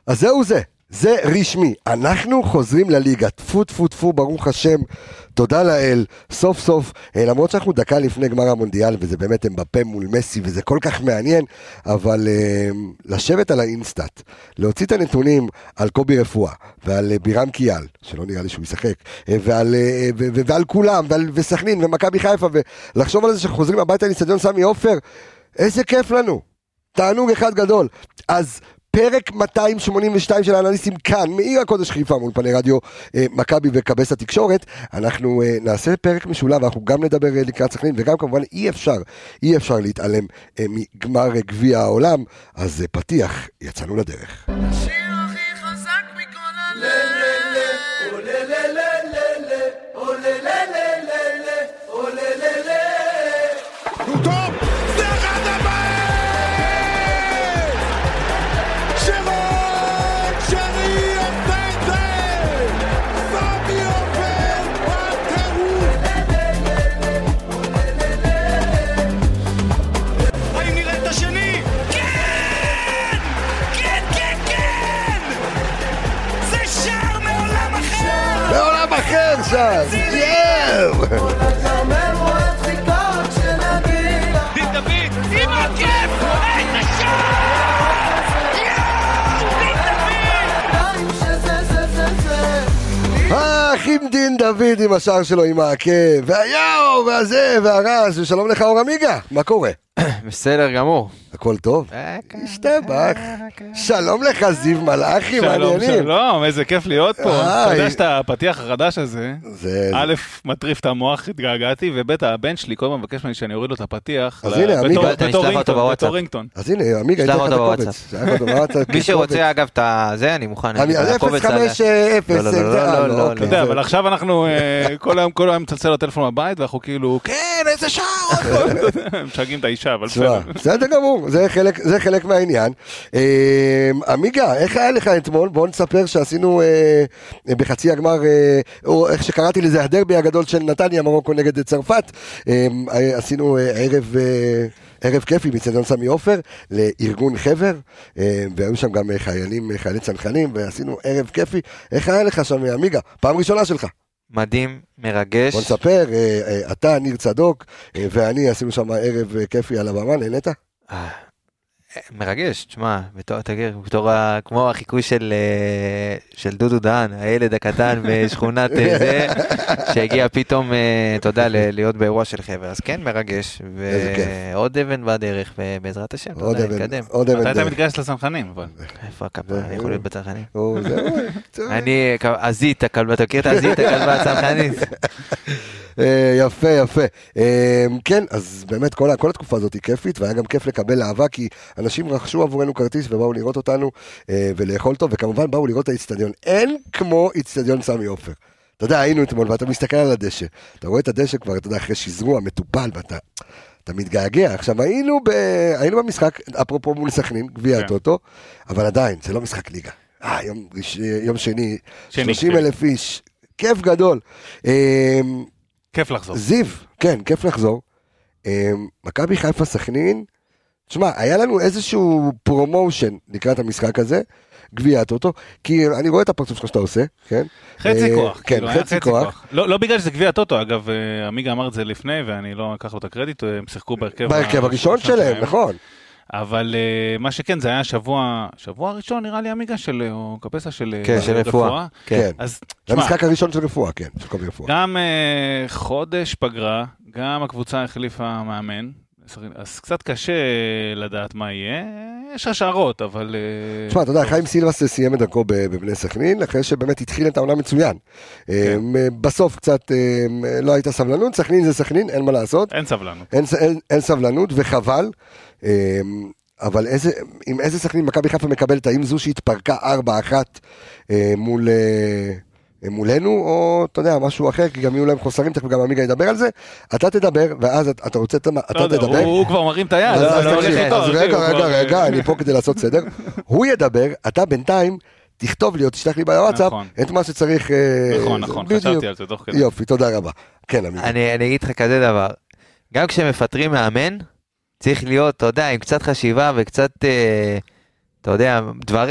אז זה רשמי, אנחנו חוזרים לליגה, טפו טפו טפו, ברוך השם, תודה לאל, סוף סוף, למרות שאנחנו דקה לפני גמר המונדיאל, וזה באמת אמבפה מול מסי, וזה כל כך מעניין, אבל לשבת על האינסטאט, להוציא את הנתונים על קובי רפואה, ועל בירם קיאל, שלא נראה לי שהוא ישחק, ועל כולם, וסכנין, ומכבי חיפה, ולחשוב על זה שחוזרים הביתה לאצטדיון סמי עופר, איזה כיף לנו, תענוג אחד גדול, אז פרק 282 של האנליסטים כאן, מעיר הקודש חיפה מול פני רדיו מכבי וכבש התקשורת, אנחנו נעשה פרק משולב, אנחנו גם נדבר לקראת סכנין, וגם כמובן אי אפשר להתעלם מגמר גביע העולם, אז פתיח, יצאנו לדרך. השיר הכי חזק מכל הלב אחים דין דוד עם השער שלו עם העקב, והיאו, והזה, והרז, ושלום לך אור עמיגה, מה קורה? בסדר גמור. הכל טוב? השתבח. שלום לך זיו מלאכי, מעניינים. שלום, איזה כיף להיות פה. אתה יודע שאתה הפתיח החדש הזה, א', מטריף את המוח, התגעגעתי, וב' הבן שלי כל הזמן מבקש ממני שאני אוריד לו את הפתיח. אז הנה, עמיגה. בתור רינגטון. אז הנה, עמיגה, שלח אותו בוואטסאפ. מי שרוצה אגב את זה, אני מוכן. 050. אתה יודע, אבל עכשיו אנחנו כל היום מצלצל לטלפון בבית, ואנחנו כאילו, כן, איזה שער! משגעים את האישה, אבל בסדר גמור, זה חלק מהעניין. עמיגה, איך היה לך אתמול? בואו נספר שעשינו בחצי הגמר, או איך שקראתי לזה, הדרבי הגדול של נתניה, מרוקו נגד צרפת. עשינו ערב כיפי מצדון סמי עופר לארגון חבר, והיו שם גם חיילי צנחנים, ועשינו ערב כיפי. איך היה לך שם, עמיגה? פעם ראשונה שלך. מדהים, מרגש. בוא נספר, אתה, ניר צדוק, ואני עשינו שם ערב כיפי על הבמה, נהנית? מרגש, תשמע, בתור כמו החיקוי של דודו דהן, הילד הקטן בשכונת זה, שהגיע פתאום, אתה יודע, להיות באירוע של חבר, אז כן, מרגש, ועוד אבן בדרך, בעזרת השם, אתה יודע, נתקדם. אתה היית מתגייס לצנחנים, אבל. איפה הכלבה, אני יכול להיות בצנחנים? אני, עזית הכלבה, אתה מכיר את עזית הכלבה הצנחנית? יפה, יפה. כן, אז באמת כל התקופה הזאת היא כיפית, והיה גם כיף לקבל אהבה, כי אנשים רכשו עבורנו כרטיס ובאו לראות אותנו ולאכול טוב, וכמובן באו לראות את האצטדיון. אין כמו אצטדיון סמי עופר. אתה יודע, היינו אתמול, ואתה מסתכל על הדשא. אתה רואה את הדשא כבר, אתה יודע, אחרי שזרוע, מטופל, ואתה מתגעגע. עכשיו, היינו במשחק, אפרופו מול סכנין, גביע הטוטו, אבל עדיין, זה לא משחק ליגה. יום שני, 30,000 איש, כיף גדול. כיף לחזור. זיו, כן, כיף לחזור. מכבי חיפה סכנין, תשמע, היה לנו איזשהו פרומושן לקראת המשחק הזה, גביע הטוטו, כי אני רואה את הפרצוף שלך שאתה עושה, כן? חצי כוח. כן, חצי כוח. לא בגלל שזה גביע הטוטו, אגב, עמיגה אמר את זה לפני, ואני לא אקח לו את הקרדיט, הם שיחקו בהרכב הראשון שלהם, נכון. אבל מה שכן, זה היה שבוע הראשון, נראה לי עמיגה של, או קפסה של רפואה. כן, זה המשחק הראשון של רפואה, כן, של קובי רפואה. גם חודש פגרה, גם הקבוצה החליפה מאמן, אז קצת קשה לדעת מה יהיה, יש השערות, אבל... תשמע, אתה יודע, חיים סילבס סיים את דרכו בבני סכנין, אחרי שבאמת התחיל את העונה מצוין. בסוף קצת לא הייתה סבלנות, סכנין זה סכנין, אין מה לעשות. אין סבלנות. אין סבלנות, וחבל. אבל עם איזה סכנין מכבי חיפה מקבלת, האם זו שהתפרקה 4-1 מולנו, או אתה יודע, משהו אחר, כי גם יהיו להם חוסרים, תכף גם עמיגה ידבר על זה, אתה תדבר, ואז אתה רוצה, אתה תדבר. הוא כבר מרים את היד. אז רגע, אני פה כדי לעשות סדר. הוא ידבר, אתה בינתיים, תכתוב לי או תשלח לי בוואטסאפ, את מה שצריך. נכון, חשבתי על זה תוך כדי. יופי, תודה רבה. כן, עמיגה. אני אגיד לך כזה דבר, גם כשמפטרים מאמן, צריך להיות, אתה יודע, עם קצת חשיבה וקצת, אתה יודע,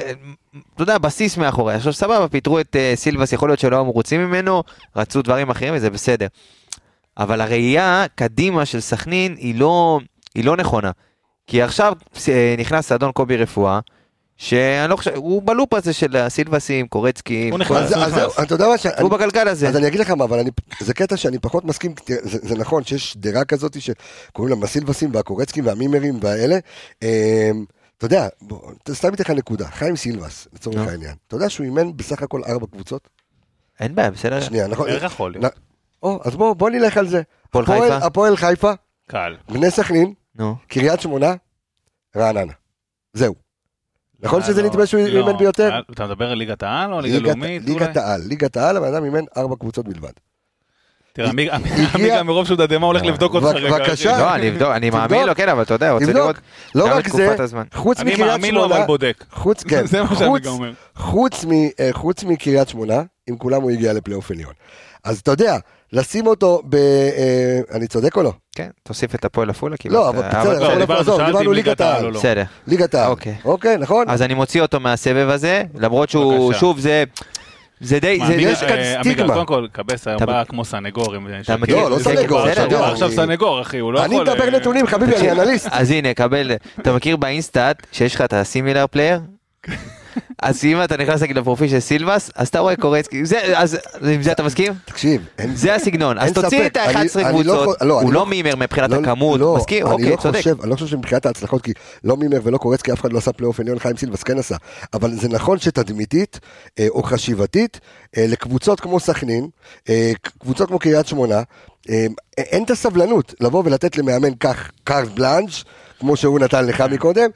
אתה יודע, בסיס מאחורי. עכשיו סבבה, פיתרו את סילבס, יכול להיות שלא מרוצים ממנו, רצו דברים אחרים וזה בסדר. אבל הראייה קדימה של סכנין היא לא נכונה. כי עכשיו נכנס אדון קובי רפואה, שאני לא חושב, הוא בלופ הזה של הסילבסים, קורצקי, הוא נכנס. אתה יודע מה הוא בגלגל הזה. אז אני אגיד לך מה, אבל זה קטע שאני פחות מסכים, זה נכון שיש דרה כזאת שקוראים להם הסילבסים והקורצקים והמימרים והאלה, אתה יודע, סתם איתך נקודה, חיים סילבס, לצורך העניין, אתה יודע שהוא אימן בסך הכל 4 קבוצות? אין בעיה, בסדר. שנייה, נכון. איך יכול להיות? אז בוא נלך על זה. הפועל חיפה, קל. בני סכנין, קריית שמונה, רעננה. זהו. נכון שזה נדמה שהוא אימן ביותר? אתה מדבר על ליגת העל או ליגה לאומית? ליגת העל, אבל אדם אימן 4 קבוצות בלבד. תראה, עמיגה מרוב שהוא דדמה הולך לבדוק אותך רגע. בבקשה. לא, אני אבדוק, אני מאמין לו, כן, אבל אתה יודע, רוצה לראות לא גם את רק תקופת זה, הזמן. חוץ אני מקריית מאמין לו אבל שמונה, בודק. זה מה שעמיגה אומר. חוץ מקריית שמונה, עם כולם הוא הגיע לפלייאוף עליון. אז אתה יודע, לשים אותו אני צודק או לא? כן, תוסיף את הפועל עפולה. לא, אבל בסדר, דיברנו ליגת העל. בסדר. ליגת העל. אוקיי, נכון? אז אני מוציא אותו מהסבב הזה, למרות שהוא, שוב, זה די, יש כאן סטיגמה. קודם כל, קבס היה בא כמו סנגור. לא סנגור. עכשיו סנגור, אחי, הוא לא יכול... אני מדבר נתונים, חביבי, אני אנליסט. אז הנה, קבל, אתה מכיר באינסטאט שיש לך את הסימילר פלייר? אז אם אתה נכנס לפרופיל של סילבס, אז אתה רואה קורצקי, אז עם זה אתה מסכים? תקשיב, זה הסגנון, אז תוציא את ה-11 קבוצות, הוא לא מימר מבחינת הכמות, מסכים? אוקיי, צודק. אני לא חושב שמבחינת ההצלחות, כי לא מימר ולא קורצקי, אף אחד לא עשה פלייאוף עליון, חיים סילבס כן עשה, אבל זה נכון שתדמיתית או חשיבתית, לקבוצות כמו סכנין, קבוצות כמו קריית שמונה, אין את הסבלנות לבוא ולתת למאמן כך קארט בלאנש, כמו שהוא נתן לך מקודם,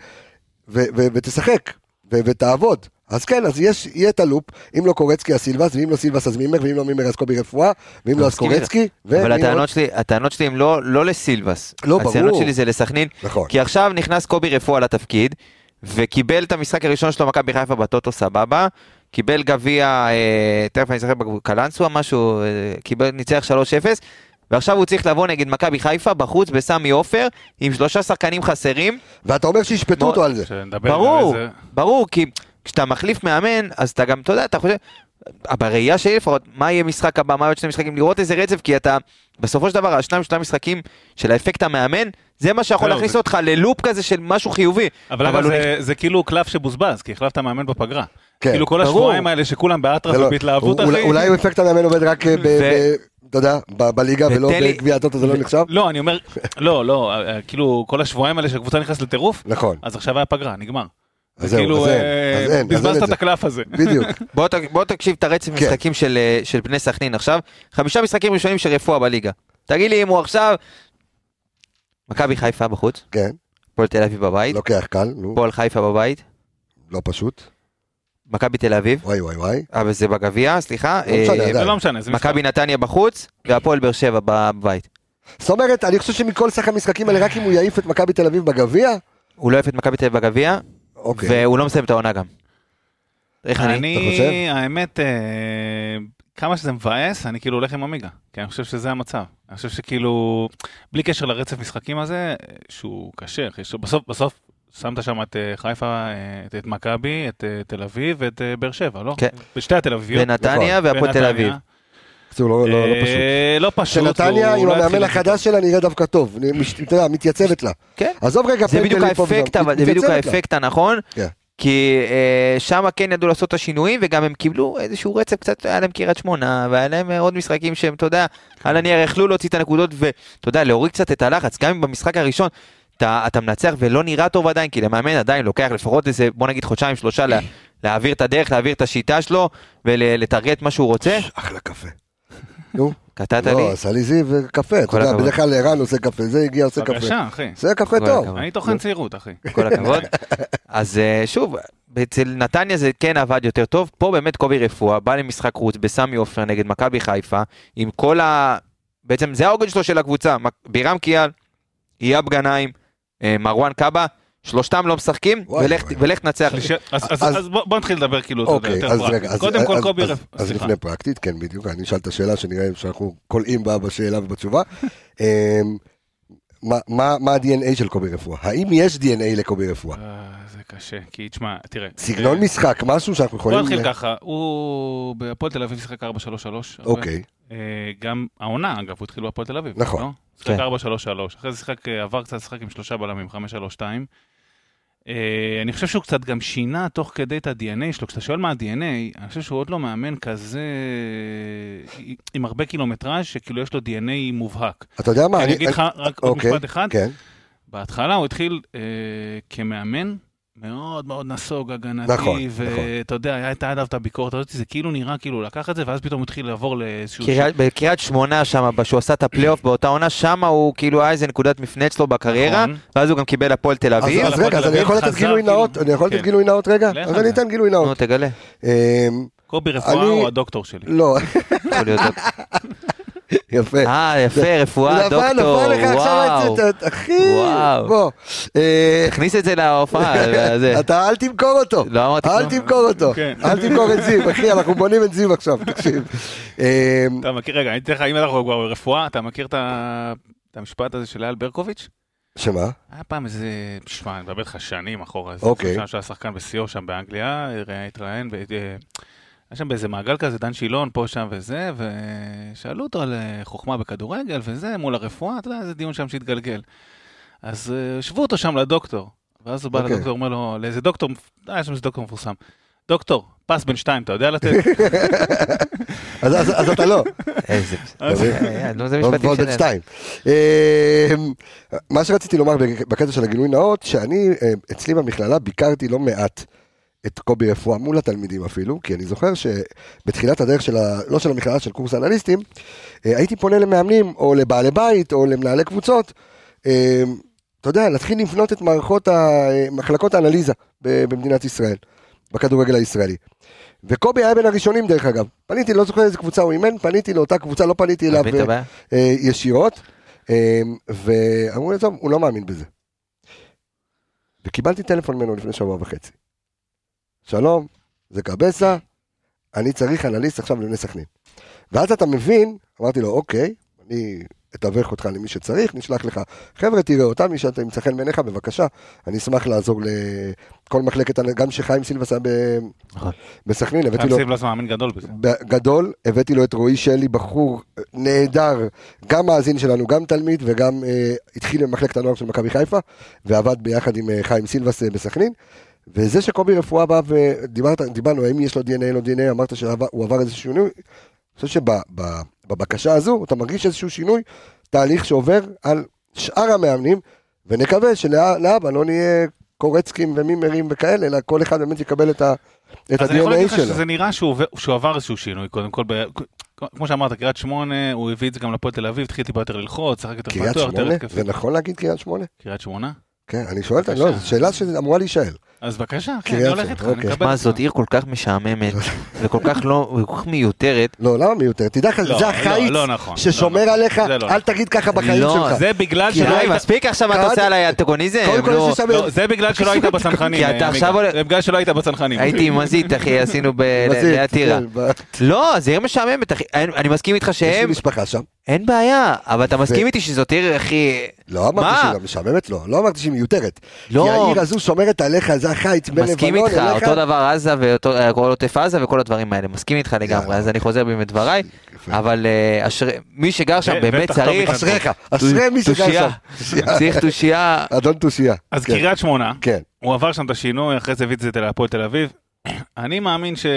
ותשחק. ותעבוד, אז כן, אז יהיה את הלופ, אם לא קורצקי אז סילבס, ואם לא סילבס אז מימר, ואם לא מימר אז קובי רפואה, ואם לא אז קורצקי, אבל הטענות שלי הם לא לסילבס, הטענות שלי זה לסכנין, כי עכשיו נכנס קובי רפואה לתפקיד, וקיבל את המשחק הראשון שלו מכבי חיפה בטוטו סבבה, קיבל גביע, תכף אני אשחק בקלנסווה משהו, ניצח 3-0, ועכשיו הוא צריך לבוא נגד מכבי חיפה בחוץ בסמי עופר עם 3 שחקנים חסרים. ואתה אומר שישפטו אותו על זה. ברור, כי כשאתה מחליף מאמן, אז אתה גם, אתה יודע, אתה חושב, בראייה שלי לפחות, מה יהיה משחק הבא, מה יהיה עוד 2 משחקים, לראות איזה רצף, כי אתה, בסופו של דבר, 2 משחקים של האפקט המאמן, זה מה שיכול להכניס אותך ללופ כזה של משהו חיובי. אבל זה כאילו קלף שבוזבז, כי החלפת מאמן בפגרה. כאילו כל השבועיים האלה שכולם באטרף ובהתלהבות, אחי. אולי הוא אפקט המאמן עובד רק אתה יודע, בליגה ולא בגביע הטוטו זה לא נחשב? לא, אני אומר, לא, כאילו כל השבועיים האלה שהקבוצה נכנסת לטירוף, נכון. אז עכשיו היה פגרה, נגמר. אז כאילו, בזבזת את הקלף הזה. בדיוק. בוא תקשיב את הרצף משחקים של בני סכנין עכשיו, 5 משחקים ראשונים של רפואה בליגה. תגיד לי אם הוא עכשיו, מכבי חיפה בחוץ, כן. הפועל תל אביב בבית, לוקח קל, הפועל חיפה בבית, לא פשוט. מכבי תל אביב, וואי. אבל זה בגביע, סליחה, לא משנה, מכבי נתניה בחוץ, והפועל באר שבע בבית. זאת אומרת, אני חושב שמכל סך המשחקים האלה, רק אם הוא יעיף את מכבי תל אביב בגביע, הוא לא יעיף את מכבי תל אביב בגביע, והוא לא מסיים את העונה גם. איך אני, האמת, כמה שזה מבאס, אני כאילו הולך עם אמיגה, כי אני חושב שזה המצב. אני חושב שכאילו, בלי קשר לרצף משחקים הזה, שהוא קשה, בסוף שמת שם את חיפה, את מכבי, את תל אביב ואת באר שבע, לא? כן. בשתי התל אביביות. ונתניה והפועל תל אביב. זה לא פשוט. לא פשוט. שנתניה עם המאמן החדש שלה נראה דווקא טוב, אתה יודע, מתייצבת לה. כן. עזוב רגע, זה בדיוק האפקט הנכון, כי שם כן ידעו לעשות את השינויים, וגם הם קיבלו איזשהו רצף קצת, היה להם קריית שמונה, והיה להם עוד משחקים שהם, אתה יודע, על הנייר יכלו להוציא את הנקודות, ואתה יודע, להוריד קצת את הלחץ, גם אם במשחק הראשון, אתה מנצח ולא נראה טוב עדיין, כי למאמן עדיין לוקח לפחות איזה, בוא נגיד 2-3 להעביר את הדרך, להעביר את השיטה שלו, ולתרגט מה שהוא רוצה. אחלה קפה. נו. קטעת לי? לא, עשה לי זיו וקפה, אתה יודע, בדרך כלל ערן עושה קפה, זה הגיע עושה קפה. בבקשה, אחי. זה קפה טוב. אני תוכן צעירות, אחי. כל הכבוד. אז שוב, אצל נתניה זה כן עבד יותר טוב, פה באמת קובי רפואה, בא למשחק חוץ בסמי עופר נגד מכבי חיפה, עם כל בעצם זה העוגן שלו של הקבוצה, בירם קיאל, אייב גנאים, מרואן קאבה, 3 לא משחקים, ולך תנצח. אז בוא נתחיל לדבר כאילו יותר פרקטית. קודם כל קובי רפואה. אז לפני פרקטית, כן בדיוק, אני אשאל את השאלה שנראה שאנחנו קולעים בה בשאלה ובתשובה. מה ה-DNA של קובי רפואה? האם יש DNA לקובי רפואה? זה קשה, כי תשמע, תראה. סגנון משחק, משהו שאנחנו יכולים... בוא נתחיל ככה, הוא בהפועל תל אביב שיחק 4-3-3. אוקיי. גם העונה, אגב, הוא התחיל בהפועל תל אביב. נכון. שיחק 4-3-3, אחרי זה עבר קצת לשחק עם 3 בלמים, 5-3-2. אני חושב שהוא קצת גם שינה תוך כדי את ה-DNA שלו. כשאתה שואל מה ה-DNA, אני חושב שהוא עוד לא מאמן כזה עם הרבה קילומטראז' שכאילו יש לו DNA מובהק. אתה יודע מה? אני אגיד לך רק עוד משפט אחד. כן. בהתחלה הוא התחיל כמאמן מאוד מאוד נסוג, הגנתי, נכון, ואתה יודע, היה את עליו את הביקורת הזאת, זה כאילו נראה כאילו לקח את זה, ואז פתאום הוא התחיל לעבור לאיזשהו... בקריית שמונה שם, שהוא עשה את הפלייאוף באותה עונה, שם הוא כאילו היה איזה נקודת מפנה אצלו בקריירה, ואז הוא גם קיבל הפועל תל אביב. אז רגע, אז אני יכול לתת גילוי נאות? אני יכול לתת גילוי נאות רגע? אז אני אתן גילוי נאות. נו, תגלה. קובי רפואה הוא הדוקטור שלי. לא. יכול להיות דוקטור. יפה. יפה, רפואה, דוקטור, נפל לך עכשיו וואו. את זה, אחי, בוא. תכניס את זה להופעה. אתה אל תמכור אותו, לא אמרתי אל תמכור אותו, אל תמכור את זיו, אחי, אנחנו בונים את זיו עכשיו, תקשיב. אתה מכיר, רגע, אני אתן לך, אם אנחנו כבר ברפואה, אתה מכיר את המשפט הזה של אייל ברקוביץ'? שמה? היה פעם איזה, תשמע, אני מדבר איתך שנים אחורה, אוקיי. שהיה שחקן בסיור שם באנגליה, התראיין, היה שם באיזה מעגל כזה, דן שילון, פה שם וזה, ושאלו אותו על חוכמה בכדורגל וזה, מול הרפואה, אתה יודע, איזה דיון שם שהתגלגל. אז שבו אותו שם לדוקטור, ואז הוא בא לדוקטור, אומר לו, לאיזה דוקטור, יש שם איזה דוקטור מפורסם, דוקטור, פס בין 2, אתה יודע לתת? אז אתה לא. איזה, זה משפטים בין 2. מה שרציתי לומר בקטע של הגילוי נאות, שאני אצלי במכללה ביקרתי לא מעט את קובי רפואה מול התלמידים אפילו, כי אני זוכר שבתחילת הדרך של לא של המכללה, של קורס אנליסטים, הייתי פונה למאמנים, או לבעלי בית, או למנהלי קבוצות, אתה יודע, להתחיל לבנות את מחלקות האנליזה במדינת ישראל, בכדורגל הישראלי. וקובי היה בין הראשונים דרך אגב. פניתי, לא זוכר איזה קבוצה הוא אימן, פניתי לאותה קבוצה, לא פניתי אליו ישירות, ואמרו לי, טוב, הוא לא מאמין בזה. וקיבלתי טלפון ממנו לפני שבוע וחצי. שלום, זה קבסה, אני צריך אנליסט עכשיו לבני סכנין. ואז אתה מבין, אמרתי לו, אוקיי, אני אתווך אותך למי שצריך, נשלח לך, חבר'ה, תראה אותם, מי שאתה ימצא חן בעיניך, בבקשה, אני אשמח לעזור לכל מחלקת, גם שחיים סילבס היה בסכנין, הבאתי לו... חיים סילבס מאמין גדול בזה. גדול, הבאתי לו את רועי שלי, בחור נהדר, גם מאזין שלנו, גם תלמיד, וגם התחיל במחלקת הנוער של מכבי חיפה, ועבד ביחד עם חיים סילבס בסכנין, וזה שקובי רפואה בא ודיברנו, האם יש לו DNA, לא DNA, אמרת שהוא עבר איזשהו שינוי, אני חושב שבבקשה הזו, אתה מרגיש איזשהו שינוי, תהליך שעובר על שאר המאמנים, ונקווה שלאבא לא נהיה קורצקים ומימרים וכאלה, אלא כל אחד באמת יקבל את ה-DNA שלו. אז אני יכול להגיד לך שזה נראה שהוא עבר איזשהו שינוי, קודם כל, כמו שאמרת, קריית שמונה, הוא הביא את זה גם לפועל תל אביב, התחיל טיפה יותר ללחוץ, שחק יותר פתוח, יותר התקפי. זה נכון להגיד קריית שמונה? קריית שמונה? כן, אני שואלת, לא, זו שאלה שאמורה להישאל. אז בבקשה, אני הולך איתך, אני מקבל. מה, זאת עיר כל כך משעממת, וכל כך מיותרת. לא, למה מיותרת? תדע לך, זה החיץ ששומר עליך, אל תגיד ככה בחיים שלך. זה בגלל שלא היית... מספיק עכשיו אתה עושה עליי אנטגוניזם. זה בגלל שלא היית בצנחנים. זה בגלל שלא היית בצנחנים. הייתי עם מזית, אחי, עשינו ליתירה. לא, זה עיר משעממת, אחי. אני מסכים איתך שהם... יש לי משפחה שם. אין בעיה, אבל אתה מסכים איתי שזאת עיר, אחי... לא אמרתי שהיא משעממת, לא אמרתי שהיא מיותרת. כי העיר הזו שומרת עליך, זה החיץ בין מסכים איתך, אותו דבר עזה וכל עוטף עזה וכל הדברים האלה, מסכים איתך לגמרי, אז אני חוזר בי מדבריי, אבל מי שגר שם באמת צריך... אשרי מי שגר שם. צריך תושייה. אדון תושייה. אז קריית שמונה, הוא עבר שם את השינוי, אחרי זה הביא את זה להפועל תל אביב. אני מאמין ש...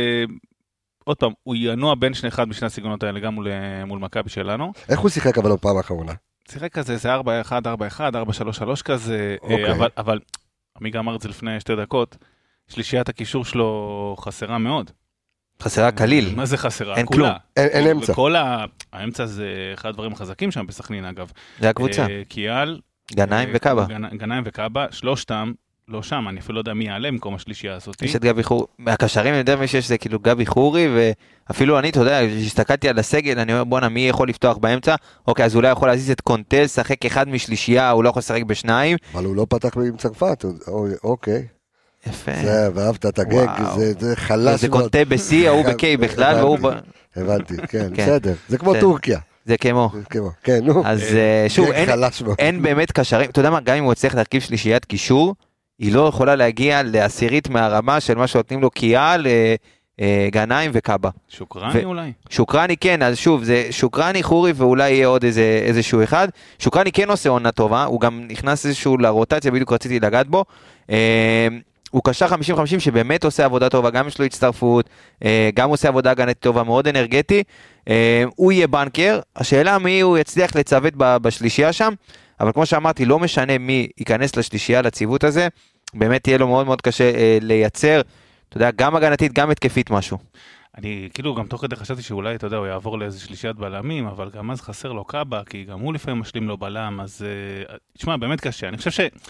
עוד פעם, הוא ינוע בין אחד משני הסגנונות האלה, גם מול מכבי שלנו. איך הוא שיחק אבל בפעם האחרונה? שיחק כזה, זה 4-1, 4-1, 4-3-3 כזה, אבל עמיגה אמר את זה לפני 2 דקות, שלישיית הקישור שלו חסרה מאוד. חסרה כליל. מה זה חסרה? אין כלום. אין אמצע. וכל האמצע זה אחד הדברים החזקים שם בסכנין אגב. זה הקבוצה. קיאל. גנאים וקאבה. גנאים וקאבה, שלושתם. לא שם, אני אפילו לא יודע מי יעלה במקום השלישייה הזאת. יש את גבי חורי, מהקשרים אני יודע מי שיש זה כאילו גבי חורי, ואפילו אני, אתה יודע, כשהסתכלתי על הסגל, אני אומר בואנה מי יכול לפתוח באמצע, אוקיי, אז אולי יכול להזיז את קונטל, שחק אחד משלישייה, הוא לא יכול לשחק בשניים. אבל הוא לא פתח עם צרפת, אוקיי. יפה. זה, ואהבת את הגג, זה חלש. זה קונטל ב-C, הוא ב-K בכלל, והוא... הבנתי, כן, בסדר. זה כמו טורקיה. זה כמו. כן, נו. אז שוב, גג חלש מאוד. אין באמת קשרים, אתה יודע מה, גם אם הוא הצליח להרכיב שלישיית קישור, היא לא יכולה להגיע לעשירית מהרמה של מה שנותנים לו קיאל, גנאים וקאבה. שוקרני אולי? שוקרני כן, אז שוב, זה שוקרני, חורי ואולי יהיה עוד איזשהו אחד. שוקרני כן עושה עונה טובה, הוא גם נכנס איזשהו לרוטציה, בדיוק רציתי לגעת בו. הוא קשר 50-50 שבאמת עושה עבודה טובה, גם יש לו הצטרפות, גם עושה עבודה הגנתית טובה, מאוד אנרגטי. הוא יהיה בנקר, השאלה מי הוא יצליח לצוות בשלישייה שם, אבל כמו שאמרתי, לא משנה מי ייכנס לשלישייה, לציוות הזה, באמת יהיה לו מאוד מאוד קשה לייצר, אתה יודע, גם הגנתית, גם התקפית משהו. אני כאילו גם תוך כדי חשבתי שאולי, אתה יודע, הוא יעבור לאיזה שלישיית בלמים, אבל גם אז חסר לו קאבה, כי גם הוא לפעמים משלים לו בלם, אז תשמע, באמת קשה. אני חושב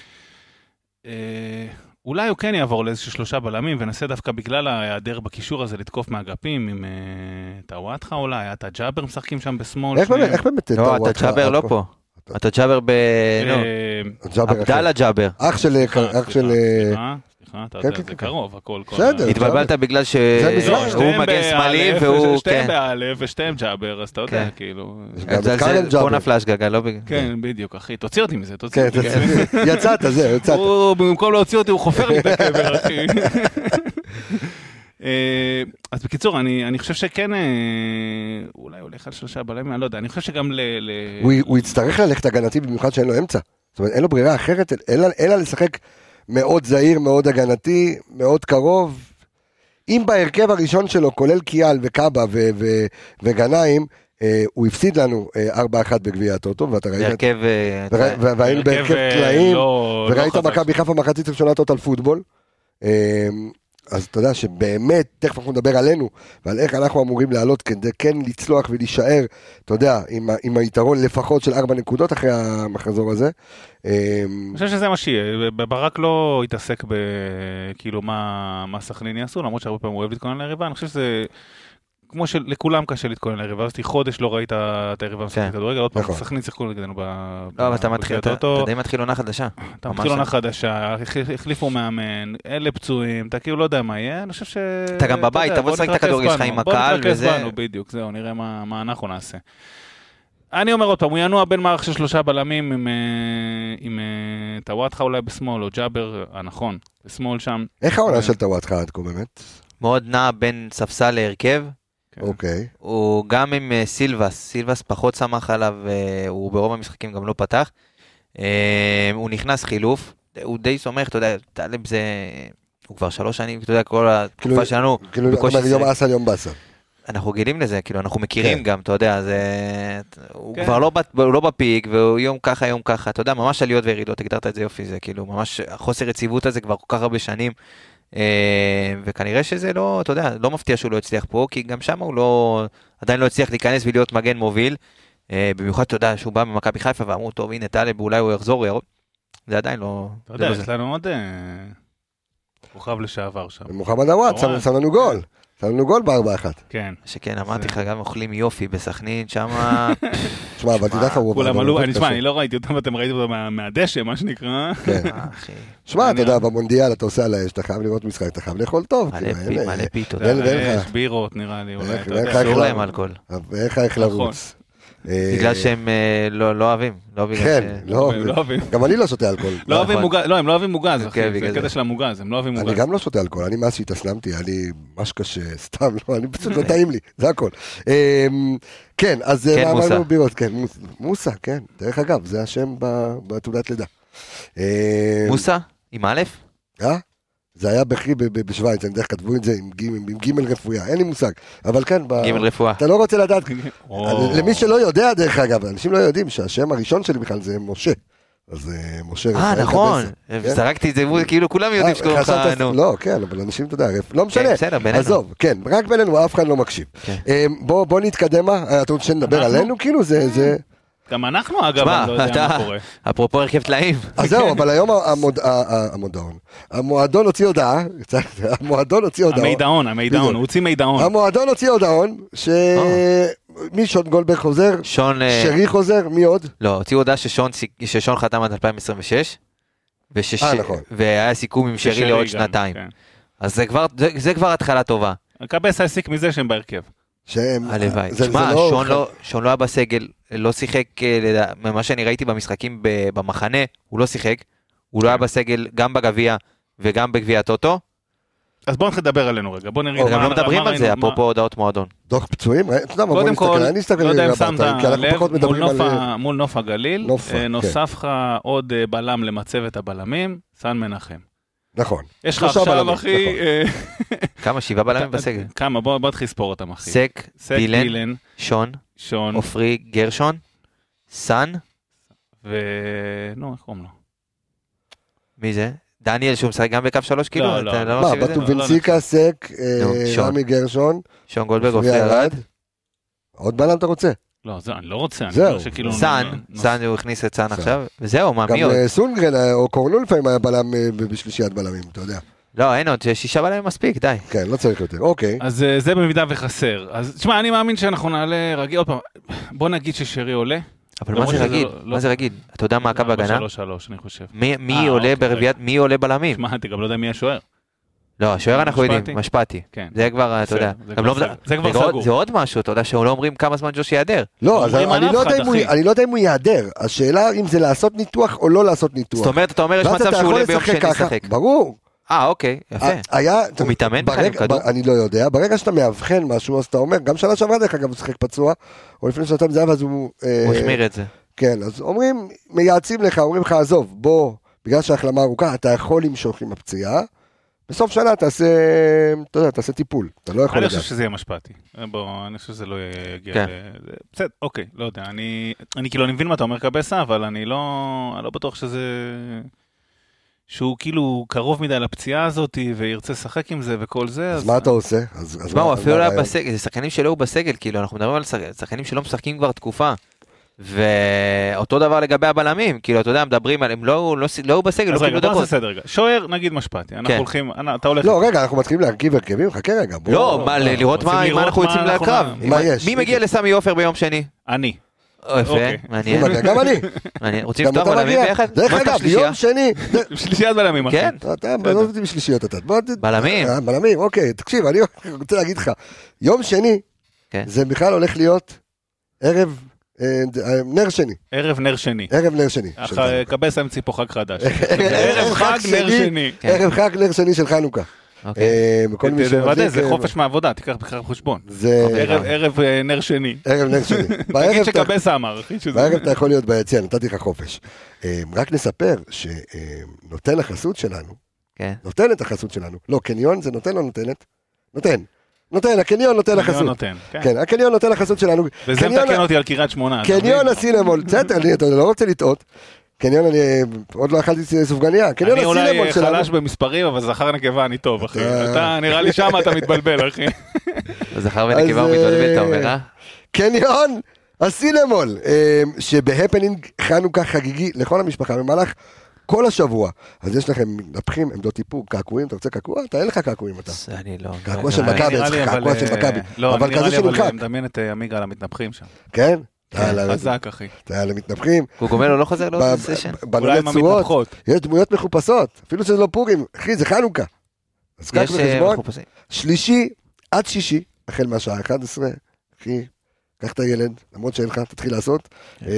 אולי הוא כן יעבור לאיזשהו 3 בלמים, ונסה דווקא בגלל ההיעדר בקישור הזה לתקוף מהאגפים, עם טאוואטחה אולי, אתה ג'אבר משחקים שם בשמאל. איך באמת לא, אתה ג'אבר לא פה. אתה ג'אבר עבדאללה ג'אבר. אח של... זה קרוב, הכל. התבלבלת בגלל שהוא מגן שמאלי והוא... שתיהם באלף ושתיהם ג'אבר, אז אתה יודע, כאילו... פה נפלה שגגה, לא בגלל... כן, בדיוק, אחי, תוציא אותי מזה, יצאת, זהו, יצאת. הוא במקום להוציא אותי, הוא חופר לי את הקבר, אחי. אז בקיצור, אני חושב שכן, אולי הולך על 3 בלמים, אני לא יודע, אני חושב שגם הוא יצטרך ללכת הגנתי במיוחד שאין לו אמצע. זאת אומרת, אין לו ברירה אחרת, אלא לשחק מאוד זהיר, מאוד הגנתי, מאוד קרוב. אם בהרכב הראשון שלו, כולל קיאל וקאבה וגנאים, הוא הפסיד לנו 4-1 בגביע הטוטו, ואתה ראית... והיינו בהרכב טלאים, וראית מכבי חיפה מחצית ראשונה טוטל פוטבול. אז אתה יודע שבאמת, תכף אנחנו נדבר עלינו, ועל איך אנחנו אמורים לעלות כדי כן לצלוח ולהישאר, אתה יודע, עם היתרון לפחות של 4 נקודות אחרי המחזור הזה. אני חושב שזה מה שיהיה, ברק לא התעסק בכאילו מה סכנין יעשו, למרות שהרבה פעמים הוא אוהב להתכונן ליריבה, אני חושב שזה... כמו שלכולם קשה להתכונן ליריבה, אז חודש לא ראית את היריבה משחקת כדורגל, עוד פעם, סכנין שיחקו נגדנו לא, אבל אתה די מתחיל עונה חדשה. אתה מתחיל עונה חדשה, החליפו מאמן, אלה פצועים, אתה כאילו לא יודע מה יהיה, אני חושב ש... אתה גם בבית, תבוא לשחק את הכדורגל שלך עם הקהל וזה... בוא נתרכז בנו, בדיוק, זהו, נראה מה אנחנו נעשה. אני אומר עוד פעם, הוא ינוע בין מערך של 3 בלמים עם טאוואטחה אולי בשמאל, או ג'אבר, הנכון, בשמאל שם. איך העונה של טאוואטחה עד כה באמת? מאוד נע בין ספסל להרכב. אוקיי. הוא גם עם סילבס פחות שמח עליו, הוא ברוב המשחקים גם לא פתח. הוא נכנס חילוף, הוא די סומך, אתה יודע, טלב זה, הוא כבר 3 שנים, אתה יודע, כל התקופה שלנו, כאילו, יום אסל, יום בסל. אנחנו גילים לזה, כאילו, אנחנו מכירים גם, אתה יודע, הוא כבר לא בפיק, והוא יום ככה, אתה יודע, ממש עליות וירידות, הגדרת את זה יופי, זה כאילו, ממש חוסר יציבות הזה כבר כל כך הרבה שנים, וכנראה שזה לא, אתה יודע, לא מפתיע שהוא לא הצליח פה, כי גם שם הוא עדיין לא הצליח להיכנס ולהיות מגן מוביל, במיוחד, אתה יודע, שהוא בא ממכבי חיפה ואמרו, טוב, הנה, טלב, אולי הוא יחזור, זה עדיין לא... אתה יודע, יש לנו עוד כוכב לשעבר שם. מוחמד עוואד, שם לנו גול. שם לנו גול ב4-1. כן. שכן, אמרתי לך, גם אוכלים יופי בסכנין, שמה... תשמע, אבל תדע לך, כולם עלו, אני לא ראיתי אותם, ואתם ראיתם אותם מהדשא, מה שנקרא. תשמע, אתה יודע, במונדיאל אתה עושה על האש, אתה חייב לראות משחק, אתה חייב לאכול טוב. מלא פיתות. יש בירות, נראה לי, אולי. אסור להם אלכוהול. איך לרוץ. בגלל שהם לא אוהבים. כן, לא אוהבים. גם אני לא שותה אלכוהול. לא, הם לא אוהבים מוגז, אחי. זה קטע של המוגז, הם לא אוהבים מוגז. אני גם לא שותה אלכוהול, אני מאז שהתאסלמתי, היה לי ממש קשה, סתם, לא, אני פשוט לא טעים לי, זה הכל. כן, אז אמרנו בירות, כן, מוסה, כן, דרך אגב, זה השם בתעודת לידה. מוסה? עם א'? זה היה בכי בשוויץ, אני דרך כתבו את זה עם גימל רפויה, אין לי מושג, אבל כן, גימל רפואה. אתה לא רוצה לדעת, למי שלא יודע דרך אגב, אנשים לא יודעים שהשם הראשון שלי בכלל זה משה, אז משה רפאל. נכון, זרקתי את זה, כאילו כולם יודעים שקוראים לך, לא, כן, אבל אנשים, אתה יודע, לא משנה, עזוב, כן, רק בינינו, אף אחד לא מקשיב. בוא נתקדם, אתה רוצה שנדבר עלינו, כאילו זה... גם אנחנו, אגב, אני לא יודע מה קורה. אפרופו הרכב טלאים. אז זהו, אבל היום המועדון הוציא הודעה, המידעון, הוא הוציא מידעון. המועדון הוציא הודעון, מי שון גולדברג חוזר? שרי חוזר, מי עוד? לא, הוציא הודעה ששון חתם עד 2026, והיה סיכום עם שרי לעוד 2 שנתיים. אז זה כבר התחלה טובה. הקבס העסיק מזה שהם בהרכב. הלוואי. זה תשמע, לא- שון לא היה בסגל, לא שיחק, ממה שאני ראיתי במשחקים במחנה, הוא לא שיחק, הוא לא היה בסגל גם בגביע וגם בגביע הטוטו. אז בואו נדבר עלינו רגע, בואו נראה. גם לא מדברים על זה, אפרופו הודעות מועדון. דוח פצועים? אתה יודע מה, בוא קודם נסתכל, כל, אני אסתכל לא יודע אם רגע שמת באתר, כי אנחנו לב, פחות מדברים על... מול נוף הגליל, נופה, נוסף לך עוד בלם למצבת הבלמים, סן מנחם. נכון. יש לך שלושה עכשיו, בלמים, אחי... כמה? 7 בלמים בסגל. כמה? בוא תתחיל לספור אותם, אחי. סק, דילן, דילן, שון, שון, עופרי, גרשון, סן, נו, איך קוראים לו? מי זה? דניאל שהוא משחק גם בקו 3 כאילו? לא, אתה לא. מה, מחשיב את זה? בטובינציקה, סק, נו, שון. רמי גרשון, שון גולדברג, עופרי עופרי ארד. ארד, עוד בלם אתה רוצה? לא, אני לא רוצה. אני זהו. אומר שכאילו- סן הוא הכניס את סן עכשיו, וזהו, מה, גם מי עוד? סונגרן או קורנול לפעמים היה בלם בשלישיית בלמים, אתה יודע. לא, אין עוד, 6 בלמים מספיק, די. כן, לא צריך יותר, אוקיי. אז זה במידה וחסר. אז תשמע, אני מאמין שאנחנו נעלה רגיל, עוד פעם, בוא נגיד ששרי עולה. אבל מה למרות זה שזה רגיל? לא- מה זה רגיל? אתה יודע מה הקו בהגנה? 3-3, אני חושב. מי עולה אוקיי, ברביעיית, מי עולה בלמים? תשמע, אתה גם לא יודע מי השוער. לא, השוער אנחנו משפטי? יודעים, משפטי. כן. זה כבר, אתה בסדר, יודע. זה גם כבר לא- סגור. זה כבר ועוד- סגור. זה עוד משהו, אתה יודע, שהם לא אומרים כמה זמן ג'וש ייעדר. לא, אז אומרים אני על לא אף יודע אחד, אם הוא- אחי. אני לא יודע אם הוא ייעדר. השאלה אם זה לעשות ניתוח או לא לעשות ניתוח. זאת אומרת, אתה אומר, יש ואז מצב אתה שהוא יכול עולה ביום לשחק שני ככה. לשחק. ברור. אוקיי, יפה. היה... הוא מתאמן בכלל עם כדור? אני לא יודע. ברגע שאתה מאבחן משהו, אז אתה אומר, גם שנה שעברה דרך אגב הוא שחק פצוע, או לפני שנתיים זה היה, ואז הוא... הוא החמיר את זה. כן, אז אומרים, מייעצים לך, אומרים לך, עזוב, בוא, בגלל שההחלמה ארוכה, אתה יכול למשוך עם הפציעה, בסוף שנה תעשה, אתה יודע, תעשה טיפול, אתה לא יכול אני לדעת. חושב שזה יהיה משפטי. בוא, אני חושב שזה לא יגיע כן. בסדר, אוקיי, לא יודע. אני כאילו, אני מבין מה אתה אומר קבסה, אבל אני לא בטוח שזה... שהוא כאילו קרוב מדי לפציעה הזאת, וירצה לשחק עם זה וכל זה. אז מה אתה עושה? אז מה, הוא אפילו לא היה הרעיון? בסגל, זה שחקנים שלא הוא בסגל, כאילו, אנחנו מדברים על שחקנים שלא משחקים כבר תקופה. ואותו דבר לגבי הבלמים, כאילו, אתה יודע, מדברים עליהם, לא הוא בסגל, לא אז רגע, קיבלו בוא נעשה דקות. סדר רגע. שוער, נגיד משפטי. אנחנו כן. הולכים, אתה הולך... לא, רגע, אנחנו מתחילים להרכיב הרכבים, חכה רגע. בוא. לא, מה, לראות רוצים מה לראות אנחנו מה יוצאים אנחנו- לקרב. מה יש? מי מגיע לסמי עופר ביום שני? אני. יפה, אוקיי. מעניין. גם אני. מעניין. רוצים גם לפתוח אתה בלמים מגיע. ביחד? דרך מה אתה אגב, שלישייה? ביום שני. שלישיית בלמים, אחי. כן? אתה לא אותי בשלישיות אתה. בלמים. בלמים, אוקיי. תקשיב, אני רוצה להגיד לך, יום שני, כן. זה בכלל הולך להיות ערב נר שני. ערב נר שני. ערב נר שני. קבסה המציא פה חג חדש. ערב חג נר שני. כן. ערב חג נר שני של חנוכה. אוקיי. כל מי תוודא, שמדליק, זה חופש מעבודה, תיקח בכלל חשבון. זה ערב נר שני. ערב נר שני. תגיד בערב אתה- שקבסה אמר, אחי, שזה... בערב אתה יכול להיות ביציע, נתתי לך חופש. רק נספר שנותן החסות שלנו, כן. נותן את החסות שלנו, לא, קניון זה נותן או נותנת? נותן, הקניון נותן קניון לחסות. נותן, כן. כן, הקניון נותן לחסות שלנו. וזה קניון- מתקן אותי על קריית שמונה. אתה קניון מבין? הסינמול, בסדר, אתה לא רוצה לטעות. קניון, אני עוד לא אכלתי סופגניה. קניון אני הסינמול אולי שלנו. חלש במספרים, אבל זכר נקבה אני טוב, אחי. אתה, נראה לי שמה אתה מתבלבל, אחי. זכר ונקבה הוא מתבלבל, אתה אומר, אה? קניון הסינמול, שבהפנינג חנוכה חגיגי לכל המשפחה במהלך כל השבוע. אז יש לכם מתנפחים, עמדות איפור, קעקועים, אתה רוצה קעקוע? אתה אין לך קעקועים אתה. אני לא... קעקוע של לא, מכבי, נראה לי, קעקוע אבל, של מכבי. לא, אבל נראה כזה לי, אבל שנמחק. מדמיין את עמיגה על המתנפחים שם. כן? חזק, אחי. אתה על המתנפחים. גוגומלו לא חוזר לעוד סשן? אולי בלוני עם צורות. המתנפחות. יש דמויות מחופשות. אפילו שזה לא פורים. אחי, זה חנוכה. אז קח יש בחשבון. מחופשים. שלישי עד שישי, החל מהשעה 11. אחי, קח את הילד, למרות שאין לך, תתחיל לעשות.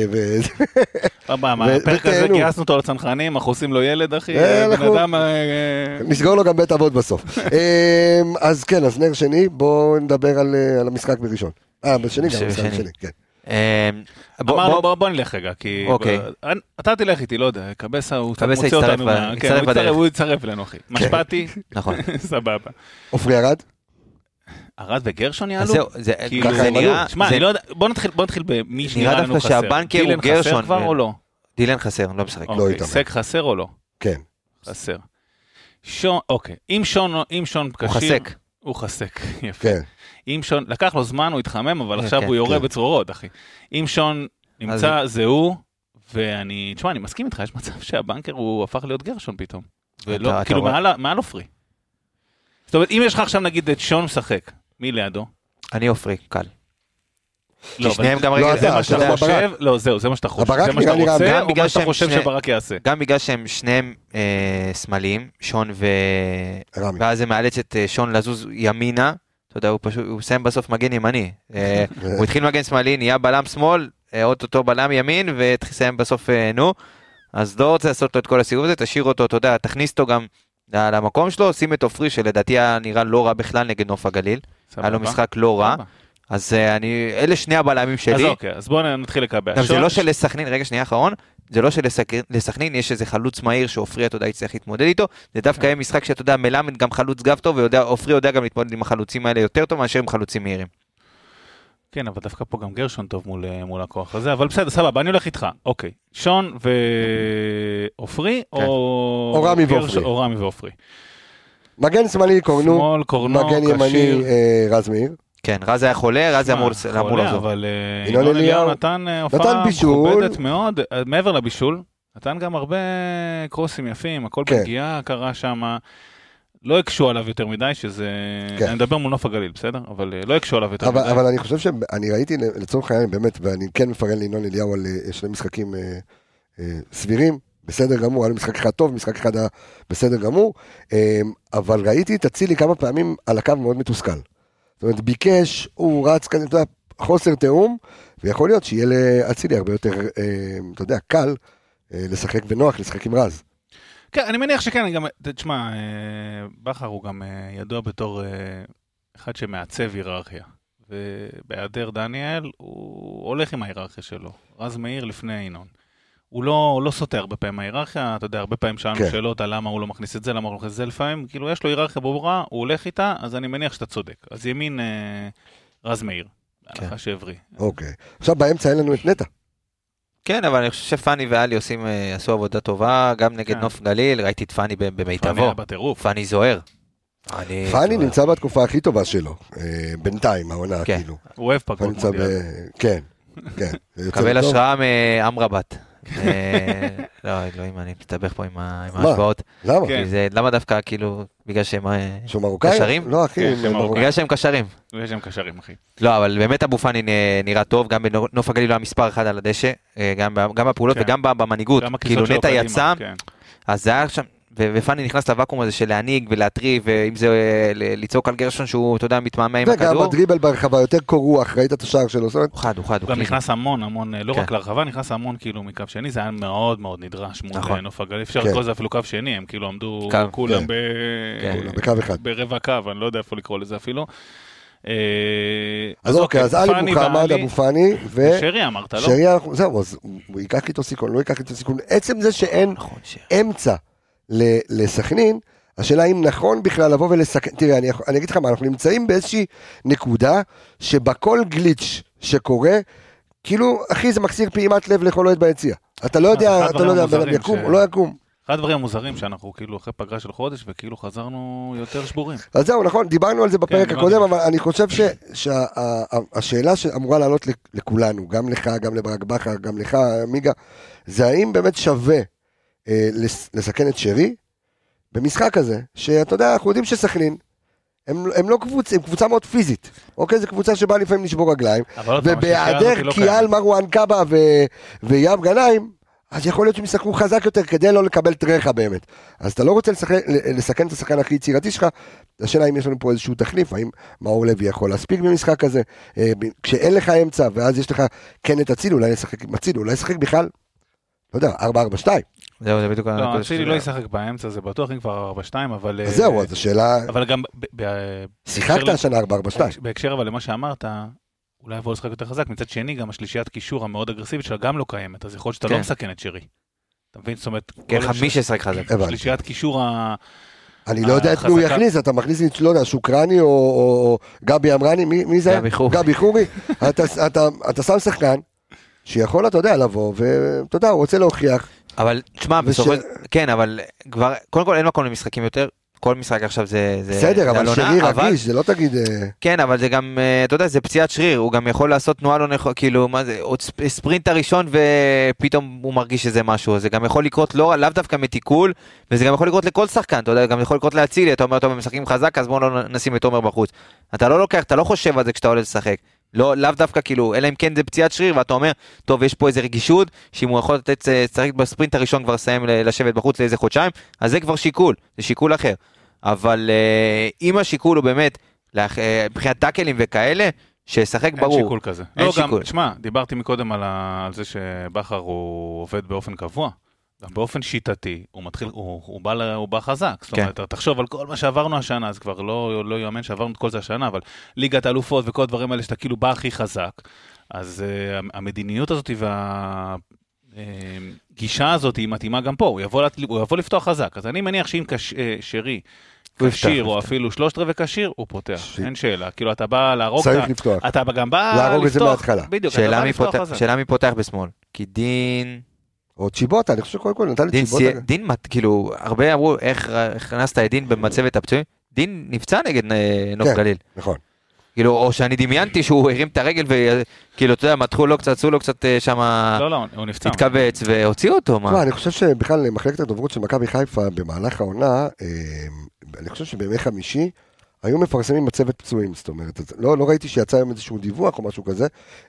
הפרק הזה ותהנו. גייסנו אותו לצנחנים, אנחנו עושים לו ילד, אחי. בן אנחנו- אדם... נסגור לו גם בית אבות בסוף. אז כן, אז נר שני, בואו נדבר על המשחק בראשון. בשני גם, המשחק בשני. שני, כן. אמרנו בוא נלך רגע, כי... אוקיי. אתה תלך איתי, לא יודע, קבסה הוא קבסה מוציא יצטרף אותנו... כן, יצטרף בדרך. הוא יצטרף אלינו, אחי. משפטי, נכון. סבבה. עופרי ירד? ארד וגרשון אז יעלו? זהו, זה כאילו, זה הם נראה... שמע, זה- אני לא יודע, בוא נתחיל במי שנראה נראה לנו דווקא חסר. שהבנקר הוא דילן חסר גרשון, כבר כן. או לא? דילן חסר, לא משחק. אוקיי, איתם. סק חסר או לא? כן. חסר. אוקיי, אם שון הוא כשיר... חסק. הוא חסק, יפה. כן. אם שון, לקח לו זמן, הוא התחמם, אבל כן, עכשיו כן, הוא יורה כן. בצרורות, אחי. אם שון נמצא, זה הוא, ואני, תשמע, אני מסכים איתך, יש מצב שהבנקר הוא הפך להיות גרשון פתאום. ולא, אתה כאילו, רואה? מעל עופרי. זאת אומרת, אם יש לך עכשיו נגיד את שון משחק, מי לידו? אני עופרי, קל. לא, שניהם אבל גם לא, רגל... אתה, זה מה שאתה שלום חושב, הברק. לא, זהו, זה מה שאתה חושב. הברק זה מה שאתה נראה לי רוצה, גם או בגלל מה שאתה שהם חושב שני- שברק יעשה. גם בגלל שהם שניהם שמאליים, שון רמי. ואז זה מאלץ את שון לזוז ימינה, אתה אתה יודע, הוא מסיים בסוף מגן ימני. הוא התחיל מגן שמאלי, נהיה בלם שמאל, אותו בלם ימין, והתחיל בסוף אז לא רוצה לעשות לו את כל הסיבוב הזה, תשאיר אותו, אתה יודע, תכניס אותו גם למקום שלו, שים את עופרי, שלדעתי נראה לא רע בכלל נגד נוף הגליל. היה לו משחק לא רע. אז אלה שני הבלמים שלי. אז אוקיי, אז בואו נתחיל לקבל. גם זה לא שלסכנין, רגע שנייה אחרון, זה לא שלסכנין יש איזה חלוץ מהיר שעופרי אתה יודע יצטרך להתמודד איתו, זה דווקא יהיה משחק שאתה יודע מלמד גם חלוץ גב טוב, ועופרי יודע גם להתמודד עם החלוצים האלה יותר טוב מאשר עם חלוצים מהירים. כן, אבל דווקא פה גם גרשון טוב מול הכוח הזה, אבל בסדר, סבבה, אני הולך איתך. אוקיי, שון ועופרי, או רמי ועופרי. מגן שמאלי קורנו, מגן ימני רז מאיר. כן, רז היה חולה, רז אמור לעזור. אבל ינון אליהו נתן הופעה מכובדת מאוד, מעבר לבישול, נתן גם הרבה קרוסים יפים, הכל בגיעה קרה שם, לא הקשו עליו יותר מדי, שזה, אני מדבר מול נוף הגליל, בסדר? אבל לא הקשו עליו יותר מדי. אבל אני חושב שאני ראיתי לצורך העניין באמת, ואני כן מפרגן לינון אליהו על שני משחקים סבירים, בסדר גמור, היה לו משחק אחד טוב, משחק אחד בסדר גמור, אבל ראיתי את אצילי כמה פעמים על הקו מאוד מתוסכל. זאת אומרת, ביקש, הוא רץ כזה, אתה יודע, חוסר תאום, ויכול להיות שיהיה לאצילי הרבה יותר, אתה יודע, קל לשחק ונוח, לשחק עם רז. כן, אני מניח שכן, אני גם, תשמע, בכר הוא גם ידוע בתור אחד שמעצב היררכיה, ובהיעדר דניאל, הוא הולך עם ההיררכיה שלו, רז מאיר לפני ינון. הוא לא סותר הרבה פעמים ההיררכיה, אתה יודע, הרבה פעמים שאלנו שאלות על למה הוא לא מכניס את זה, למה הוא לא מכניס את זה לפעמים, כאילו יש לו היררכיה ברורה, הוא הולך איתה, אז אני מניח שאתה צודק. אז ימין רז מאיר, בהנחה שעברי. אוקיי. עכשיו באמצע אין לנו את נטע. כן, אבל אני חושב שפני ואלי עשו עבודה טובה, גם נגד נוף גליל, ראיתי את פני במיטבו. פני זוהר. פני נמצא בתקופה הכי טובה שלו, בינתיים, העונה כאילו. הוא אוהב פגרות מונדיאל. כן, כן. קבל השראה מאמרבת. לא, אלוהים, אני מסתבך פה עם ההשפעות. למה? למה דווקא, כאילו, בגלל שהם קשרים? לא, אחי. בגלל שהם קשרים. בגלל שהם קשרים, אחי. לא, אבל באמת אבו פני נראה טוב, גם בנוף הגליל היה מספר אחד על הדשא, גם בפעולות וגם במנהיגות. כאילו נטע יצא, אז זה היה שם, ופני נכנס לוואקום הזה של להניג ולהטריב, ואם זה לצעוק על גרשון שהוא, אתה יודע, מתמהמה עם הכדור. וגם הדריבל ברחבה, יותר קורוח, ראית את השער שלו. הוא חד. הוא גם נכנס המון, לא רק לרחבה, נכנס המון כאילו מקו שני, זה היה מאוד מאוד נדרש מול נוף הגליל. אפשר לקרוא לזה אפילו קו שני, הם כאילו עמדו כולם בקו אחד. ברבע קו, אני לא יודע איפה לקרוא לזה אפילו. אז אוקיי, אז אלי מוחמד, אבו פני, שרי אמרת, לא? שרי, זהו, אז הוא ייקח איתו סיכון, לא ייקח איתו סיכון. עצם זה שאין אמצע לסכנין, השאלה אם נכון בכלל לבוא ולסכן, תראה, אני אגיד לך מה, אנחנו נמצאים באיזושהי נקודה, שבכל גליץ' שקורה, כאילו, אחי, זה מחסיר פעימת לב לכל אוהד ביציע. אתה לא יודע, יקום או לא יקום. אחד הדברים המוזרים שאנחנו כאילו אחרי פגרה של חודש, וכאילו חזרנו יותר שבורים. אז זהו, נכון, דיברנו על זה בפרק הקודם, אבל אני חושב שהשאלה שאמורה לעלות לכולנו, גם לך, גם לברק בכר, גם לך, מיגה, זה האם באמת שווה לסכן את שרי, במשחק הזה, שאתה יודע, אנחנו יודעים שסכנין, הם לא קבוצה, הם קבוצה מאוד פיזית, אוקיי? זו קבוצה שבאה לפעמים לשבור רגליים, ובהיעדר קיאל מרואן קאבה וים גנאים, אז יכול להיות שהם ישחקו חזק יותר, כדי לא לקבל טרחה באמת. אז אתה לא רוצה לסכן את השחקן הכי יצירתי שלך, השאלה אם יש לנו פה איזשהו תחליף, האם מאור לוי יכול להספיק במשחק הזה, כשאין לך אמצע, ואז יש לך כן את אצילי, אולי לשחק עם אצילי, אולי לשחק בכלל, לא יודע, 4-4-2. זהו, זה בדיוק... לא, אצילי לא ישחק באמצע, זה בטוח אם כבר 4-2, אבל... אז זהו, אז השאלה... אבל גם... שיחקת השנה 4-4-2. בהקשר אבל למה שאמרת, אולי יבוא לשחק יותר חזק, מצד שני גם השלישיית קישור המאוד אגרסיבית שלה גם לא קיימת, אז יכול להיות שאתה לא מסכן את שרי. אתה מבין? זאת אומרת... כן, 5 ישחק חזק. שלישיית קישור אני לא יודע את מי הוא יכניס, אתה מכניס לי, לא יודע, שוקרני או גבי אמרני, מי זה? גבי חורי. אתה שם שחקן שיכול, אתה יודע, לבוא, ואתה יודע, הוא רוצה להוכיח. אבל, תשמע, כן, אבל כבר, קודם כל אין מקום למשחקים יותר, כל משחק עכשיו זה... בסדר, אבל שרי רגיש, זה לא תגיד... כן, אבל זה גם, אתה יודע, זה פציעת שריר, הוא גם יכול לעשות תנועה לא נכונה, כאילו, מה זה, עוד ספרינט הראשון ופתאום הוא מרגיש שזה משהו, זה גם יכול לקרות לאו דווקא מתיקול, וזה גם יכול לקרות לכל שחקן, אתה יודע, גם יכול לקרות להצילי, אתה אומר, טוב, הם משחקים חזק, אז בואו לא נשים את עומר בחוץ. אתה לא לוקח, אתה לא חושב על זה כשאתה עולה לשחק. לאו דווקא כאילו, אלא אם כן זה פציעת שריר, ואתה אומר, טוב, יש פה איזה רגישות, שאם הוא יכול לתת, צריך בספרינט הראשון כבר לסיים לשבת בחוץ לאיזה חודשיים, אז זה כבר שיקול, זה שיקול אחר. אבל אם השיקול הוא באמת מבחינת טאקלים וכאלה, שישחק ברור. אין שיקול כזה. אין לא, שיקול. גם, תשמע, דיברתי מקודם על זה שבחר הוא עובד באופן קבוע. גם באופן שיטתי, הוא בא חזק. זאת אומרת, תחשוב על כל מה שעברנו השנה, אז כבר לא יאמן שעברנו את כל זה השנה, אבל ליגת אלופות וכל הדברים האלה שאתה כאילו בא הכי חזק, אז המדיניות הזאת והגישה הזאת היא מתאימה גם פה, הוא יבוא לפתוח חזק. אז אני מניח שאם שרי קשיר, או אפילו 3/4 קשיר, הוא פותח, אין שאלה. כאילו אתה בא להרוג, אתה גם בא להרוג את זה מההתחלה. בדיוק, שאלה מי פותח בשמאל, כי דין... או צ'יבוטה, אני חושב שקודם כל נתן לי צ'יבוטה. דין, כאילו, הרבה אמרו, איך הכנסת את דין במצבת הפצועים? דין נפצע נגד נוף גליל. נכון. כאילו, או שאני דמיינתי שהוא הרים את הרגל וכאילו, אתה יודע, מתחו לו קצת, עשו לו קצת שמה... לא, הוא נפצע. התכווץ והוציאו אותו, מה? אני חושב שבכלל מחלקת הדוברות של מכבי חיפה במהלך העונה, אני חושב שבימי חמישי היו מפרסמים מצבת פצועים, זאת אומרת, לא ראיתי שיצא היום איזשהו דיווח או משהו כזה.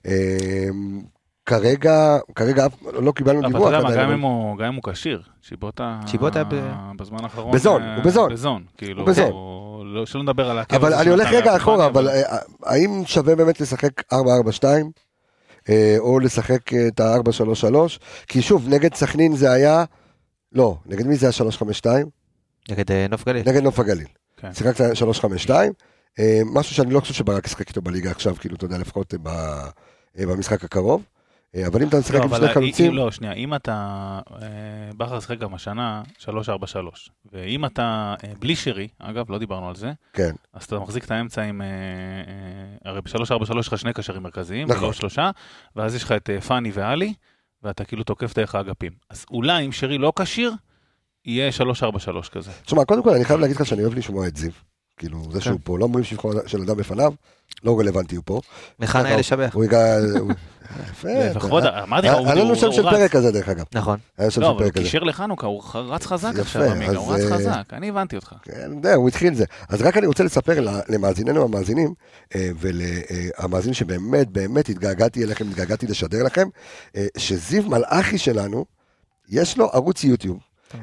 כרגע לא קיבלנו דיווח. אבל אתה יודע מה, גם אם הוא קשיר, צ'יבוטה בזמן האחרון... בזון. כאילו, שלא נדבר על... אבל אני הולך רגע אחורה, אבל האם שווה באמת לשחק 4-4-2, או לשחק את ה-4-3-3? כי שוב, נגד סכנין זה היה... לא, נגד מי זה היה 3-5-2? נגד נוף גליל. נגד נוף הגליל. שיחקת 3-5-2, משהו שאני לא חושב שברק ישחק איתו בליגה עכשיו, כאילו, אתה יודע, לפחות במשחק הקרוב. אבל אם אתה משחק עם שני חלוצים... לא, שנייה, אם אתה... בכר שחק גם השנה 3-4-3, ואם אתה בלי שרי, אגב, לא דיברנו על זה, כן. אז אתה מחזיק את האמצע עם... הרי ב-3-4-3 יש לך שני קשרים מרכזיים, ולא שלושה, ואז יש לך את פאני ואלי, ואתה כאילו תוקף דרך האגפים. אז אולי אם שרי לא קשיר, יהיה 3-4-3 כזה. תשמע, קודם כל אני חייב להגיד לך שאני אוהב לשמוע את זיו. כאילו, זה שהוא פה, לא אומרים שבחו של אדם בפניו, לא רלוונטי הוא פה. מכנה לשבח. הוא יגע... לפחות, אמרתי לך, היה לנו שם של פרק כזה דרך אגב. נכון. לא, אבל הוא קישר לחנוכה, הוא רץ חזק עכשיו, עמיגה, הוא רץ חזק, אני הבנתי אותך. כן, הוא התחיל זה. אז רק אני רוצה לספר למאזיננו המאזינים, ולמאזינים שבאמת, באמת התגעגעתי אליכם, התגעגעתי לשדר לכם, שזיו מלאכי שלנו, יש לו ערוץ יוטיוב.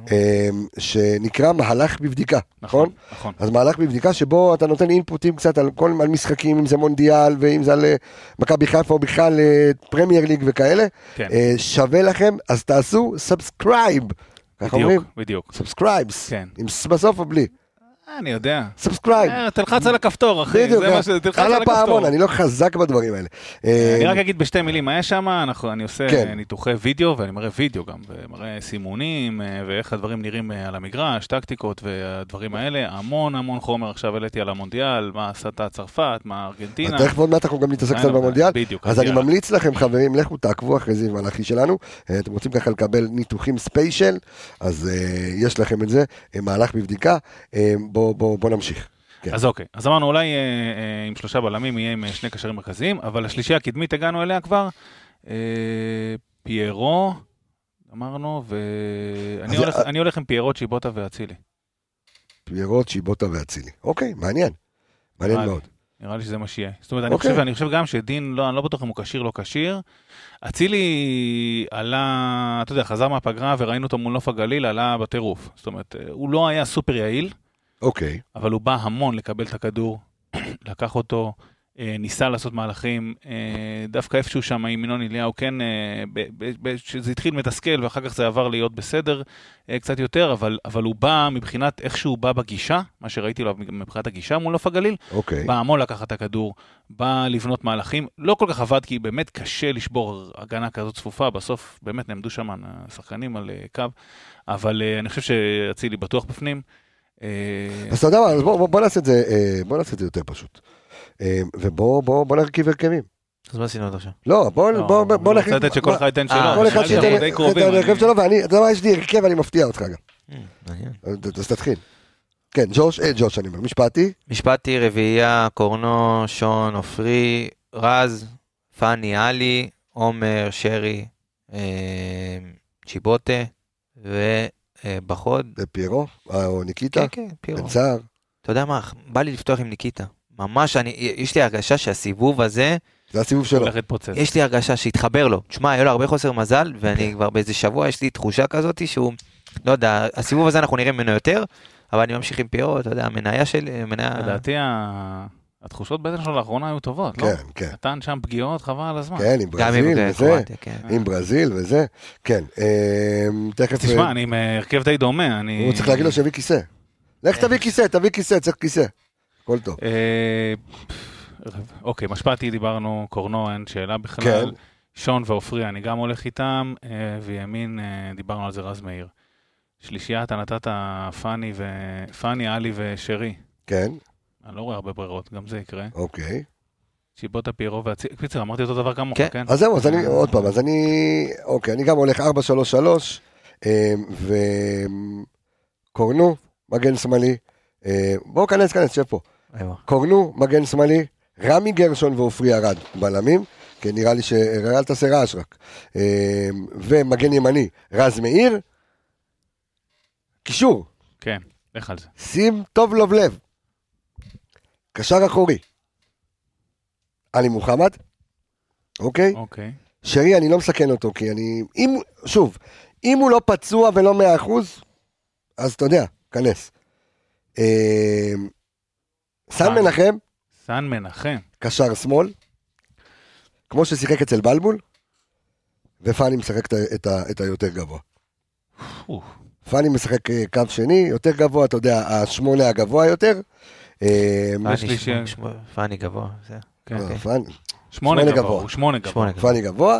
שנקרא מהלך בבדיקה, נכון? נכון. אז מהלך בבדיקה שבו אתה נותן אינפוטים קצת על משחקים, אם זה מונדיאל ואם זה על מכבי חיפה או בכלל פרמייר ליג וכאלה, שווה לכם, אז תעשו סאבסקרייב, ככה אומרים? בדיוק. סאבסקרייבס, עם בסוף או בלי? אני יודע. סאבסקרייב. תלחץ על הכפתור, אחי. בדיוק, על הפעמון, אני לא חזק בדברים האלה. אני רק אגיד בשתי מילים, מה יש שם? אני עושה ניתוחי וידאו, ואני מראה וידאו גם, ומראה סימונים, ואיך הדברים נראים על המגרש, טקטיקות והדברים האלה. המון חומר עכשיו העליתי על המונדיאל, מה עשתה צרפת, מה ארגנטינה. תכף עוד מעט אנחנו גם נתעסק קצת במונדיאל. אז אני ממליץ לכם, חברים, לכו תעקבו אחרי זיו מלאכי שלנו. אתם רוצים ככה לקבל ניתוחים ספיישל, אז יש לכם את זה, מהלך בבדיקה. בוא נמשיך. אז אוקיי, אז אמרנו אולי עם 3 בלמים יהיה עם 2 קשרים מרכזיים, אבל השלישייה הקדמית הגענו אליה כבר, פיירו, אמרנו, ואני הולך עם פיירו, צ'יבוטה ואצילי. פיירו, צ'יבוטה ואצילי. אוקיי, מעניין מאוד. נראה לי שזה מה שיהיה. זאת אומרת, אני חושב גם שדין, אני לא בטוח אם הוא קשיר, לא קשיר. אצילי עלה, אתה יודע, חזר מהפגרה וראינו אותו מול נוף הגליל, עלה בטירוף. זאת אומרת, הוא לא היה סופר יעיל, אוקיי. אבל הוא בא המון לקבל את הכדור, לקח אותו, ניסה לעשות מהלכים, דווקא איפשהו שם עם ינון אליהו, כן, שזה התחיל מתסכל, ואחר כך זה עבר להיות בסדר קצת יותר, אבל הוא בא מבחינת איך שהוא בא בגישה, מה שראיתי לו מבחינת הגישה מול נוף הגליל, בא המון לקחת את הכדור, בא לבנות מהלכים, לא כל כך עבד, כי באמת קשה לשבור הגנה כזאת צפופה, בסוף באמת נעמדו שם השחקנים על קו, אבל אני חושב שאצילי בטוח בפנים. אז אתה יודע מה, בוא נעשה את זה יותר פשוט. ובוא נרכיב הרכבים. אז מה עשינו עד עכשיו? לא, בוא נכניס... רוצה לתת שכל אחד ייתן שלו. כל אחד שייתן את הרכב שלו, ואני, אתה יודע מה, יש לי הרכב, אני מפתיע אותך גם. אז תתחיל. כן, ג'וש, אני אומר, משפטי, רביעייה, קורנו, שון, אופרי, רז, פני, אלי, עומר, שרי, צ'יבוטה, ובחוד. ופיירו, או ניקיטה. כן, פיירו. בצער. אתה יודע מה, בא לי לפתוח עם ניקיטה. ממש, יש לי הרגשה שהסיבוב הזה, זה הסיבוב שלו. יש לי הרגשה שהתחבר לו. תשמע, היה לו הרבה חוסר מזל, ואני כבר באיזה שבוע, יש לי תחושה כזאת שהוא, לא יודע, הסיבוב הזה אנחנו נראה ממנו יותר, אבל אני ממשיך עם פיירו, אתה יודע, המניה שלי, לדעתי, התחושות בטן שלו לאחרונה היו טובות, לא? כן, כן. נתן שם פגיעות, חבל על הזמן. כן, עם גם עם ברזיל וזה, קרואטיה, כן. עם ברזיל וזה, כן. תכף... תשמע, אני עם הרכב די דומה, הוא צריך להגיד לו שיביא כיסא. לך תביא כיסא, צריך כיסא. הכל טוב. אוקיי, משפטי דיברנו, קורנו, אין שאלה בכלל. כן. שון ואופרי, אני גם הולך איתם, וימין, דיברנו על זה רז מאיר. שלישייה, אתה נתת פאני, אלי ושרי. כן. אני לא רואה הרבה ברירות, גם זה יקרה. אוקיי. שיבוטה פיירו פיצר, אמרתי אותו דבר כמוך, כן. כן? אז זהו, אז אני, עוד פעם, אז אני גם הולך 4-3-3, וקורנו, מגן שמאלי, בואו כנס, שב פה. קורנו, מגן שמאלי, רמי גרשון ואופרי ארד, בלמים, כי נראה לי אל תעשה רעש רק, ומגן ימני, רז מאיר, קישור. כן, לך על זה. שים טוב לב. קשר אחורי. עלי מוחמד. אוקיי? אוקיי. שרי, אני לא מסכן אותו, כי אם הוא לא פצוע ולא 100%, אז אתה יודע, כנס. סן מנחם. קשר שמאל. כמו ששיחק אצל בלבול, ופאני משחק את היותר גבוה. פאני משחק קו שני, יותר גבוה, אתה יודע, השמונה הגבוה יותר. פאני גבוה, זה. שמונה גבוה, הוא שמונה גבוה. פאני גבוה,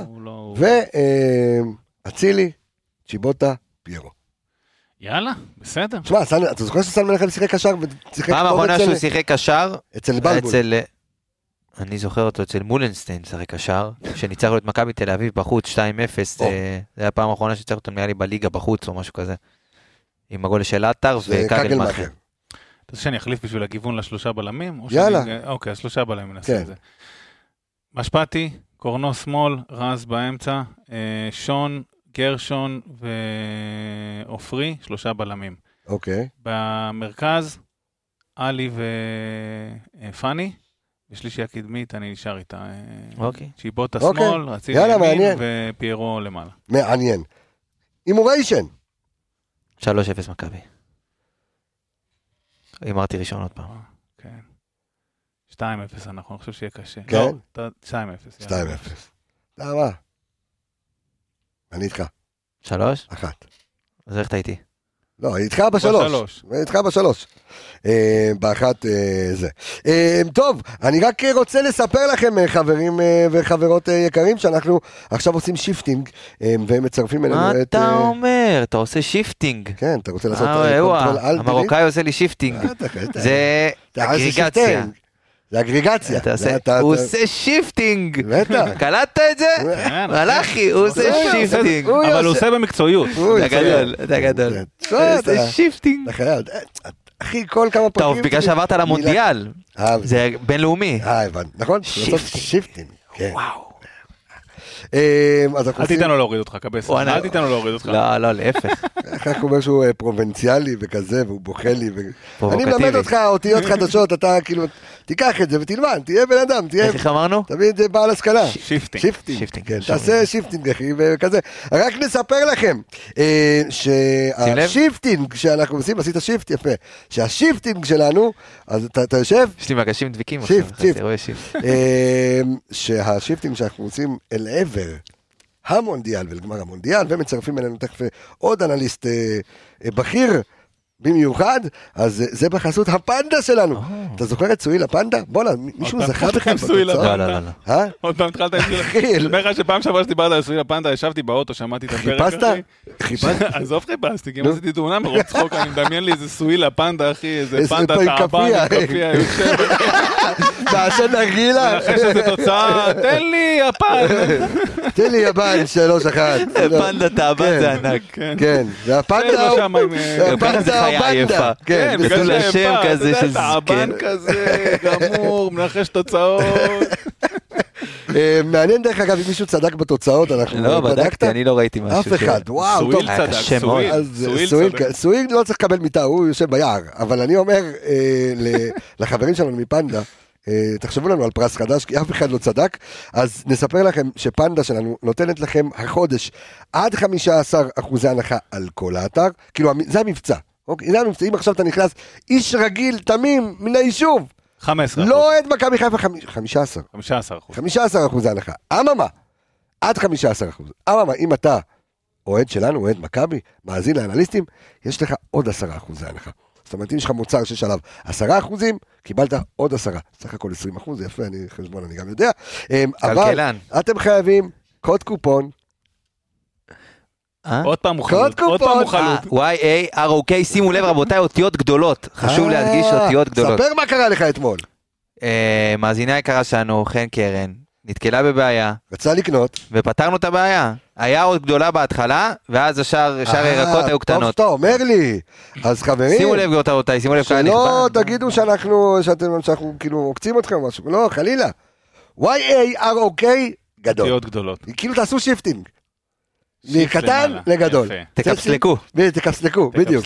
ואצילי, צ'יבוטה, פיירו. יאללה, בסדר. תשמע, אתה זוכר שסן מנחם שיחק קשר? פעם האחרונה שהוא שיחק קשר, אצל בלבול. אני זוכר אותו אצל מולנסטיין, שחק קשר, שניצח לו את מכבי תל אביב בחוץ, 2-0, זה היה הפעם האחרונה שניצח אותו נראה לי בליגה בחוץ או משהו כזה. עם הגול של עטר וקגלמאכר. אתה רוצה שאני אחליף בשביל הגיוון לשלושה בלמים? יאללה. אוקיי, השלושה בלמים נעשה את זה. משפטי, קורנו שמאל, רז באמצע, שון, גרשון ואופרי, שלושה בלמים. אוקיי. במרכז, אלי ופאני, בשלישייה קדמית אני נשאר איתה. צ'יבוטה שמאל, אצילי ימין ופיירו למעלה. מעניין. אימוריישן. 3-0 מכבי. אמרתי ראשון עוד פעם. כן. 2-0 אנחנו, אני חושב שיהיה קשה. כן? 2-0. 2-0. למה? אני איתך. 3? 1. אז איך אתה איתי? לא, איתך בשלוש. באחת זה. טוב, אני רק רוצה לספר לכם, חברים וחברות יקרים, שאנחנו עכשיו עושים שיפטינג, והם מצרפים אלינו את... מה אתה אומר? אתה עושה שיפטינג. כן, אתה רוצה לעשות קונטרול אלט. המרוקאי עושה לי שיפטינג. זה אגריגציה. זה אגריגציה. הוא עושה שיפטינג. בטח. קלטת את זה? מלאכי, הוא עושה שיפטינג. אבל הוא עושה במקצועיות. זה גדול. הוא עושה שיפטינג. אחי, כל כמה פרקים... טוב, בגלל שעברת למונדיאל. זה בינלאומי. נכון? שיפטינג. וואו. אל תיתן לו להוריד אותך, קבס. אל תיתן לו להוריד אותך. לא, להפך. איך הוא אומר שהוא פרובנציאלי וכזה, והוא בוכה לי. אני מלמד אותך אותיות חדשות, אתה כאילו, תיקח את זה ותלמד, תהיה בן אדם, תהיה... איך אמרנו? תמיד בעל השכלה. שיפטינג. תעשה שיפטינג, אחי, וכזה. רק נספר לכם, שהשיפטינג שאנחנו עושים, עשית שיפט יפה, שהשיפטינג שלנו, אז אתה יושב? יש לי מגשים דביקים שיפט. שהשיפטינג שאנחנו עושים אל עבר המונדיאל ולגמר המונדיאל, ומצרפים אלינו תכף עוד אנליסט בכיר במיוחד, אז זה בחסות הפנדה שלנו. אתה זוכר את סואיל הפנדה? בוא'נה, מישהו זכה בכלל בתוצאות? לא. עוד פעם התחלת אני אומר לך שפעם שעברה שדיברת על סואיל הפנדה, ישבתי באוטו, שמעתי את הפרק. חיפשת? עזוב חיפשתי, כי אם עשיתי תאונה מרוב צחוק, אני מדמיין לי איזה סואיל הפנדה, אחי, איזה פנדה תעבן, כפיה, יושב. מעשן נרגילה. מנחש איזה תוצאה, תן לי יפן. תן לי יפן, 3-1. פנדה תעבן זה ענק. כן, זה הפנדה חיה יפה. כן, בגלל השם כזה של תעבן כזה, גמור, מנחש תוצאות. מעניין דרך אגב, אם מישהו צדק בתוצאות, אנחנו... לא, בדקתי, אני לא ראיתי משהו. אף אחד, וואו, סואיל צדק, סואיל לא צריך לקבל מיטה, הוא יושב ביער, אבל אני אומר לחברים שלנו מפנדה, תחשבו לנו על פרס חדש, כי אף אחד לא צדק, אז נספר לכם שפנדה שלנו נותנת לכם החודש עד 15% הנחה על כל האתר, כאילו זה המבצע, אוקיי? זה המבצע, אם עכשיו אתה נכנס איש רגיל, תמים, מן היישוב, 15%. לא אוהד מכבי חיפה 15. 15%. 15% הנחה. אממה, עד 15%. אממה, אם אתה אוהד שלנו, אוהד מכבי, מאזין לאנליסטים, יש לך עוד 10% הנחה. זאת אומרת, אם יש לך מוצר שיש עליו 10%, קיבלת עוד 10. סך הכל 20%, זה יפה, אני חשבון, אני גם יודע. אבל אתם חייבים קוד קופון. עוד פעם מוכנות. YAROK, שימו לב רבותיי, אותיות גדולות. חשוב להדגיש אותיות גדולות. ספר מה קרה לך אתמול. מאזינה יקרה שלנו, חן קרן, נתקלה בבעיה. רצה לקנות. ופתרנו את הבעיה. היה עוד גדולה בהתחלה, ואז השאר הירקות היו קטנות. טוב שאתה אומר לי. אז חברים. שימו לב גאותרותיי, שימו לב כאן נכבד. שלא תגידו שאנחנו כאילו עוקצים אתכם או משהו. לא, חלילה. YAROK גדול. אותיות גדולות. כאילו תעשו שיפטינג. מקטן לגדול. תקפסלקו. בדיוק.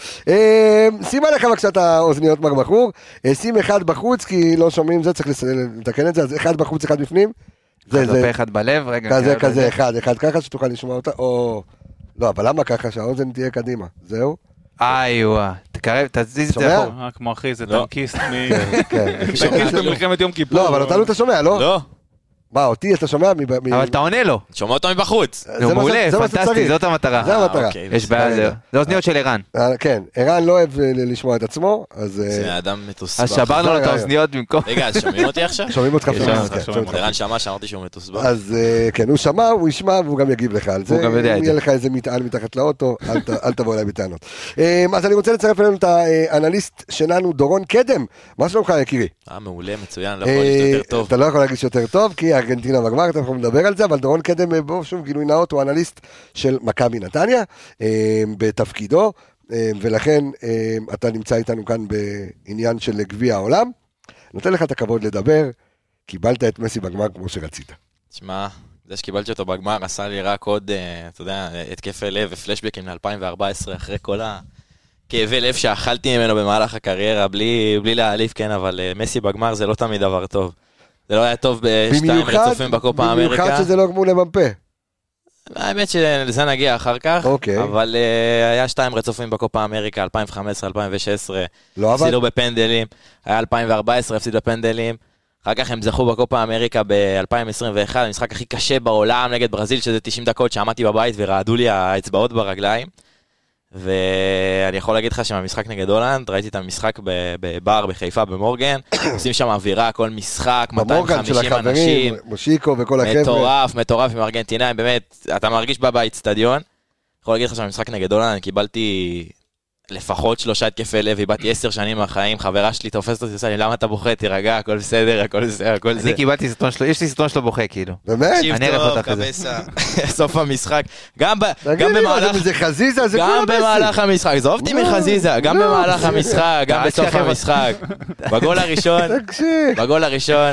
שים עליך בבקשה את האוזניות מר בחור. שים אחד בחוץ, כי לא שומעים זה, צריך לתקן את זה. אז אחד בחוץ, אחד בפנים. זה אחד בלב, רגע. כזה, אחד ככה שתוכל לשמוע אותה. לא, אבל למה ככה? שהאוזן תהיה קדימה. זהו? איווה. תקרב, תזיז את זה אחור. כמו אחי, זה טנקיסט טנקיסט במלחמת יום כיפור. לא, אבל אותנו אתה שומע, לא? לא. מה, אותי אתה שומע? אבל אתה עונה לו. שומע אותו מבחוץ. נו, מעולה, פנטסטי, זאת המטרה. זה המטרה. יש בעיה, זה אוזניות של ערן. כן, ערן לא אוהב לשמוע את עצמו, אז... זה אדם מתוסבך. אז שברנו לו את האוזניות במקום... רגע, אז שומעים אותי עכשיו? שומעים אותך. ערן שמע שאמרתי שהוא מתוסבך. אז כן, הוא שמע, הוא ישמע, והוא גם יגיב לך על זה. הוא גם יודע את זה. אם יהיה לך איזה מטען מתחת לאוטו, אל תבוא אליי בטענות. אז אני רוצה לצרף אלינו את האנליסט שלנו, דורון קדם. מה שלומך, יקירי? מעולה, מצוין, לא יכול להגיד יותר טוב. אתה לא יכול להגיד יותר טוב, כי ארגנטינה בגמר, אתה יכול לדבר על זה, אבל דורון קדם, בוא שוב גילוי נאות, הוא אנליסט של מכבי נתניה, בתפקידו, ולכן אתה נמצא איתנו כאן בעניין של גביע העולם. נותן לך את הכבוד לדבר, קיבלת את מסי בגמר כמו שרצית. תשמע, זה שקיבלתי אותו בגמר עשה לי רק עוד, אתה יודע, התקפי לב ופלשבקים ל-2014, אחרי כל כאבי לב שאכלתי ממנו במהלך הקריירה, בלי להעליף, כן, אבל מסי בגמר זה לא תמיד דבר טוב. זה לא היה טוב בשתיים רצופים בקופה אמריקה. במיוחד שזה לא גמול למפה. האמת שלזה נגיע אחר כך, אבל היה 2 רצופים בקופה אמריקה, 2015-2016, הפסידו בפנדלים, היה 2014, הפסידו בפנדלים, אחר כך הם זכו בקופה אמריקה ב-2021, המשחק הכי קשה בעולם נגד ברזיל, שזה 90 דקות שעמדתי בבית ורעדו לי האצבעות ברגליים, ואני יכול להגיד לך שמהמשחק נגד הולנד, ראיתי את המשחק בבר בחיפה במורגן, עושים שם אווירה, כל משחק, 250 אנשים, מושיקו וכל החבר'ה. מטורף עם ארגנטינאים, באמת, אתה מרגיש באבא אצטדיון, יכול להגיד לך שהמשחק נגד הולנד, קיבלתי לפחות 3 התקפי לב, איבדתי 10 שנים מהחיים, חברה שלי תופסת אותי, עושה לי, למה אתה בוכה, תירגע, הכל בסדר, הכל זה. אני קיבלתי סרטון שלו, יש לי סרטון שלו בוכה, כאילו. באמת? אני אראה אותך כזה. סוף המשחק, גם במהלך המשחק, עזוב אותי מחזיזה, גם במהלך המשחק, גם בסוף המשחק, בגול הראשון,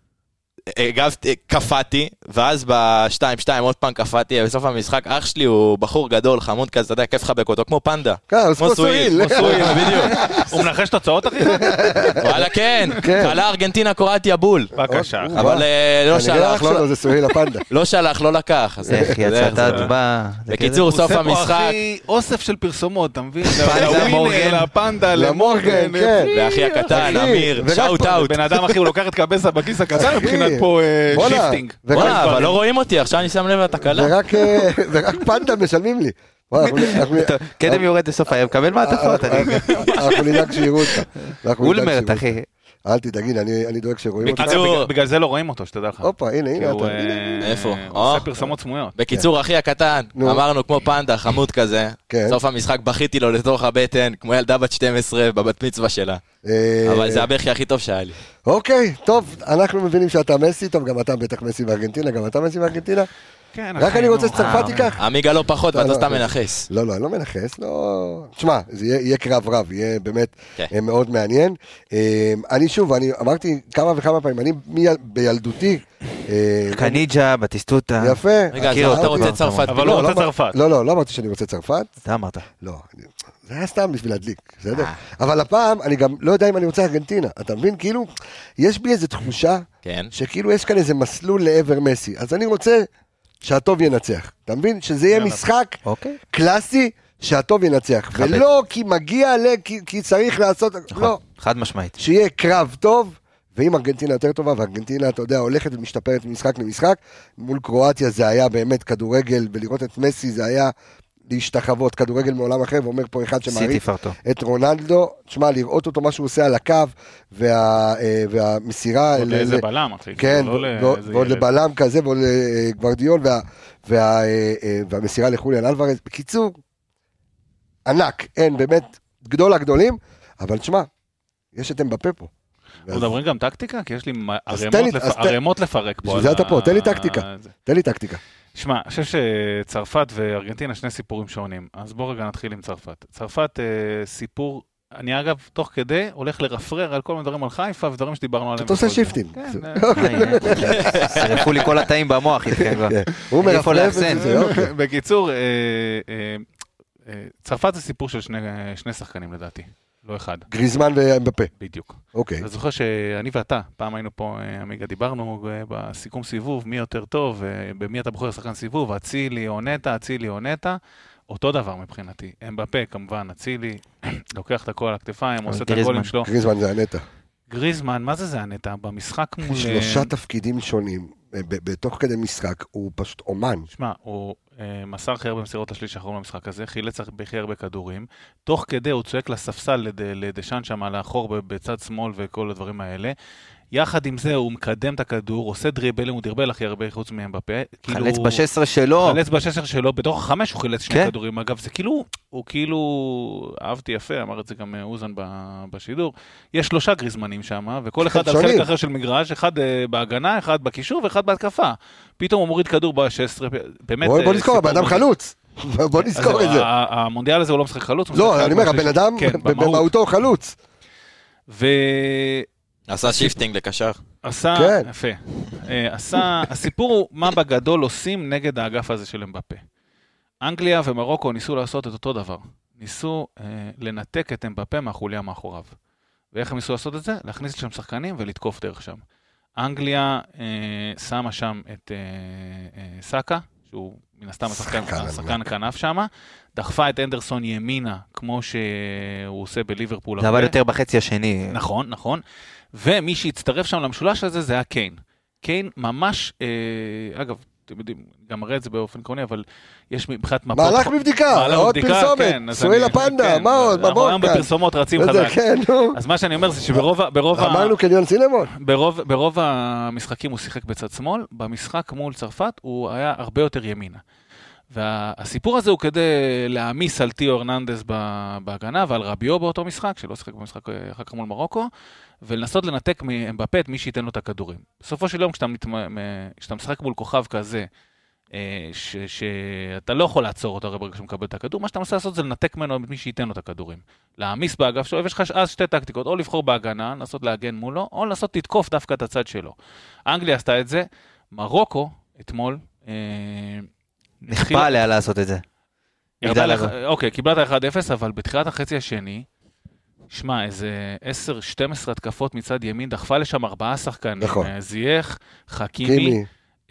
קפאתי, ואז ב-2-2 עוד פעם קפאתי, בסוף המשחק, אח שלי הוא בחור גדול, חמוד כזה, אתה יודע, כיף לחבק אותו, כמו פנדה. כמו סוויל, בדיוק. הוא מנחש תוצאות אחי? וואלה כן, קלה ארגנטינה קורטיה בול. בבקשה. אבל לא שלח, לא שלח, לא לקח. איך יצאת הצבעה. בקיצור, סוף המשחק. אחי אוסף של פרסומות, אתה מבין? לפנדה, למורגן, כן. ואחי הקטן, אמיר, שאוט אאוט. בן אדם אחי, הוא לוקח את קבסה בכיס הקטן, מבחינת פה שיפטינג. אבל לא רואים אותי, עכשיו אני שם לב לתקלה. ורק פנדה משלמים לי. קדם יורד לסוף הערב, קבל מעטפות. אנחנו נדאג שיראו אותך. אולמרט, אחי. אל תדאגין, אני דואג שרואים אותך. בגלל זה לא רואים אותו, שתדע לך. הופה, הנה אתה. איפה? הוא עושה פרסומות סמויות. בקיצור, אחי הקטן, אמרנו כמו פנדה, חמוד כזה. סוף המשחק בכיתי לו לתוך הבטן, כמו ילדה בת 12 בבת מצווה שלה. אבל זה הבכי הכי טוב שהיה לי. אוקיי, טוב, אנחנו מבינים שאתה מסי, טוב, גם אתה בטח מסי בארגנטינה, גם אתה מסי בארגנטינה. רק אני רוצה שצרפת ייקח. עמיגה לא פחות, ואתה סתם מנחס. לא, אני לא מנחס, לא... תשמע, זה יהיה קרב רב, יהיה באמת מאוד מעניין. אני שוב, אני אמרתי כמה וכמה פעמים, אני בילדותי... קניג'ה, בטיסטוטה. יפה. רגע, אתה רוצה צרפת. אבל לא רוצה צרפת. לא אמרתי שאני רוצה צרפת. אתה אמרת. לא, זה היה סתם בשביל להדליק, בסדר? אבל הפעם אני גם לא יודע אם אני רוצה ארגנטינה. אתה מבין? כאילו, יש בי איזו תחושה שכאילו יש כאן איזה מסלול לעבר מסי. אז אני רוצה שהטוב ינצח. אתה מבין? שזה יהיה משחק קלאסי שהטוב ינצח, ולא כי מגיע כי צריך לעשות, לא. חד משמעית. שיהיה קרב טוב, ואם ארגנטינה יותר טובה, וארגנטינה, אתה יודע, הולכת ומשתפרת ממשחק למשחק, מול קרואטיה זה היה באמת כדורגל, ולראות את מסי זה היה להשתחוות, כדורגל מעולם אחר, ואומר פה אחד שמעריך את רונלדו, תשמע, לראות אותו מה שהוא עושה על הקו, והמסירה... ועוד לאיזה בלם, כן, ועוד לבלם כזה, ועוד לגוורדיול, והמסירה לחוליאן אלוורז. בקיצור, ענק, אין, באמת גדול הגדולים, אבל תשמע, יש את אמבפה פה. מדברים גם טקטיקה? כי יש לי ערימות לפרק פה. זה אתה פה, תן לי טקטיקה. שמע, אני חושב שצרפת וארגנטינה שני סיפורים שונים, אז בואו רגע נתחיל עם צרפת. צרפת סיפור, אני אגב תוך כדי הולך לרפרר על כל מיני דברים על חיפה ודברים שדיברנו עליהם. אתה עושה שיפטים. שרפו לי כל התאים במוח איתכם. הוא מרפרף את זה. בקיצור, צרפת זה סיפור של שני שחקנים לדעתי. לא אחד. גריזמן ואמבפה. בדיוק. אוקיי. אני זוכר שאני ואתה, פעם היינו פה, עמיגה, דיברנו בסיכום סיבוב, מי יותר טוב, במי אתה בוחר שחקן סיבוב, אצילי או נטע, אותו דבר מבחינתי. אמבפה, כמובן, אצילי, לוקח את הכל על הכתפיים, עושה את הגולים שלו. גריזמן זה הנטע. גריזמן, מה זה הנטע? במשחק מול... 3 תפקידים שונים, בתוך כדי משחק, הוא פשוט אומן. שמע, הוא מסר הכי הרבה מסירות לשליש האחרון במשחק הזה, חילץ הכי הרבה כדורים, תוך כדי הוא צועק לספסל לדשן שם לאחור בצד שמאל וכל הדברים האלה, יחד עם זה הוא מקדם את הכדור, עושה דריבלים, הוא דרבל הכי הרבה חוץ מהמבפה. חלץ ב-16 שלו. חלץ ב-16 שלו, בתוך ה-5 הוא חילץ שני כדורים. אגב, זה כאילו, הוא כאילו, אהבתי יפה, אמר את זה גם אוזן בשידור, יש 3 גריזמנים שם, וכל אחד על חלק אחר של מגרש, אחד בהגנה, אחד בקישור ואחד בהתקפה. פתאום הוא מוריד כדור ב-16, באמת... בוא נזכור, הבן אדם חלוץ. בוא נזכור את זה. המונדיאל הזה הוא לא משחק חלוץ. לא, אני אומר, הבן אדם במהותו חלוץ. עשה שיפטינג לקשר. עשה, יפה. הסיפור הוא מה בגדול עושים נגד האגף הזה של אמבפה. אנגליה ומרוקו ניסו לעשות את אותו דבר. ניסו לנתק את אמבפה מהחוליה מאחוריו. ואיך הם ניסו לעשות את זה? להכניס לשם שחקנים ולתקוף דרך שם. אנגליה שמה שם את סאקה, שהוא מן הסתם השחקן כנף שם, דחפה את אנדרסון ימינה, כמו שהוא עושה בליברפול. זה עבד יותר בחצי השני. נכון, נכון. ומי שהצטרף שם למשולש הזה, זה היה קיין. קיין ממש, אגב, אתם יודעים, גם מראה את זה באופן עקרוני, אבל יש מבחינת מפות... מהלך מבדיקה, עוד פרסומת, סורי לפנדה, מה עוד, מה עוד כאן? בפרסומות רצים חזק. אז מה שאני אומר זה שברוב... אמרנו קניון סינמון. ברוב המשחקים הוא שיחק בצד שמאל, במשחק מול צרפת הוא היה הרבה יותר ימינה. והסיפור הזה הוא כדי להעמיס על תיאו הרננדז בהגנה ועל רביו באותו משחק, שלא שיחק במשחק אחר כך מול מרוקו, ולנסות לנתק מאמבפה את מי שייתן לו את הכדורים. בסופו של יום, כשאתה משחק מול כוכב כזה, שאתה לא יכול לעצור אותו ברגע שהוא מקבל את הכדור, מה שאתה מנסה לעשות זה לנתק ממנו את מי שייתן לו את הכדורים. להעמיס באגף שלו, ויש לך אז 2 טקטיקות, או לבחור בהגנה, לנסות להגן מולו, או לנסות לתקוף דווקא את הצד שלו. אנגליה עשתה את זה, מרוקו, נכפה עליה לעשות את זה. אוקיי, קיבלה את 1-0, אבל בתחילת החצי השני, שמע, איזה 10-12 התקפות מצד ימין, דחפה לשם 4 שחקנים. זייח, חכימי,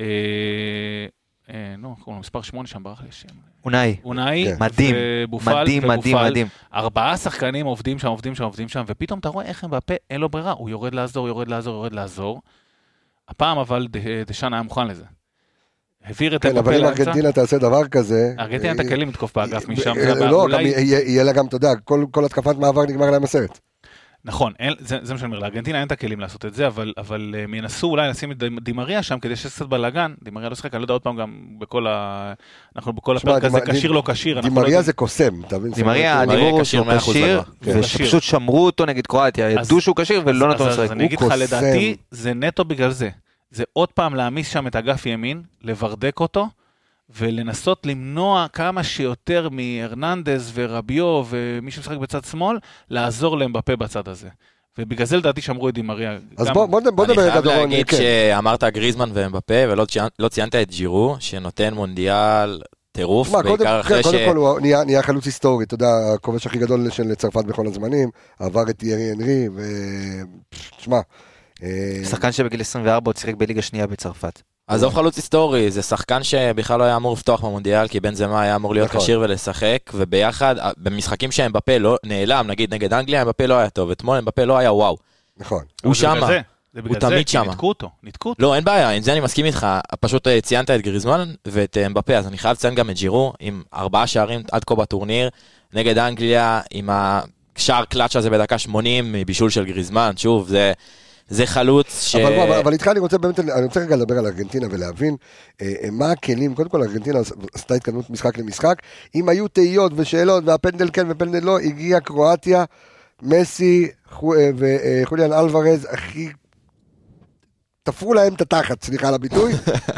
מספר 8 שם ברח לי השם. אונאי, מדהים, מדהים. 4 שחקנים עובדים שם, ופתאום אתה רואה איך אמבפה, אין לו ברירה, הוא יורד לעזור. הפעם אבל דשן היה מוכן לזה. כן, אבל אם ארגנטינה תעשה דבר כזה... ארגנטינה את הכלים לתקוף באגף משם. לא, יהיה לה גם, אתה יודע, כל התקפת מעבר נגמר להם הסרט. נכון, זה מה שאני אומר, לארגנטינה אין את הכלים לעשות את זה, אבל הם ינסו אולי לשים את דימריה שם, כדי שיש קצת בלגן, דימריה לא שחק, אני לא יודע עוד פעם גם אנחנו בכל הפרק הזה קשיר לא קשיר. דימריה זה קוסם, אתה מבין? דימריה, הדיבור הוא שהוא קשיר, ושפשוט שמרו אותו נגד קרואטיה, ידעו שהוא קשיר ולא נתנו לשחק. אז אני אגיד לך, לדעתי, זה נטו בגלל זה. זה עוד פעם להעמיס שם את אגף ימין, לברדק אותו, ולנסות למנוע כמה שיותר מהרננדז ורביו ומי שמשחק בצד שמאל, לעזור להם בפה בצד הזה. ובגלל זה לדעתי שמרו את דימריה. אז בוא נדבר אני חייב להגיד שאמרת גריזמן ומבפה, ולא ציינת את ג'ירו, שנותן מונדיאל טירוף, בעיקר אחרי קודם כל הוא נהיה חלוץ היסטורי, אתה יודע, הכובש הכי גדול של צרפת בכל הזמנים, עבר את תיארי אנרי, ושמע, שחקן שבגיל 24 הוא שיחק בליגה שנייה בצרפת. עזוב חלוץ היסטורי, זה שחקן שבכלל לא היה אמור לפתוח במונדיאל, כי בנזמה היה אמור להיות כשיר ולשחק, וביחד, במשחקים שהם בפה לא נעלם, נגיד נגד אנגליה, אמבפה לא היה טוב, אתמול אמבפה לא היה וואו. נכון. הוא שמה, הוא תמיד שמה. נתקו אותו. לא, אין בעיה, עם זה אני מסכים איתך, פשוט ציינת את גריזמן ואת אמבפה, אז אני חייב לציין גם את ג'ירו, עם 4 שערים עד כה בטורניר, נגד אנגליה, עם השער קלאץ' הזה בדקה 80, מבישול של גריזמן, שוב, זה חלוץ ש... אבל איתך אני רוצה רגע לדבר על ארגנטינה ולהבין מה הכלים, קודם כל ארגנטינה עשתה התקדמות משחק למשחק, אם היו תהיות ושאלות והפנדל כן ופנדל לא, הגיעה קרואטיה, מסי וחוליאן אלוורז, הכי... תפרו להם את התחת, סליחה על הביטוי,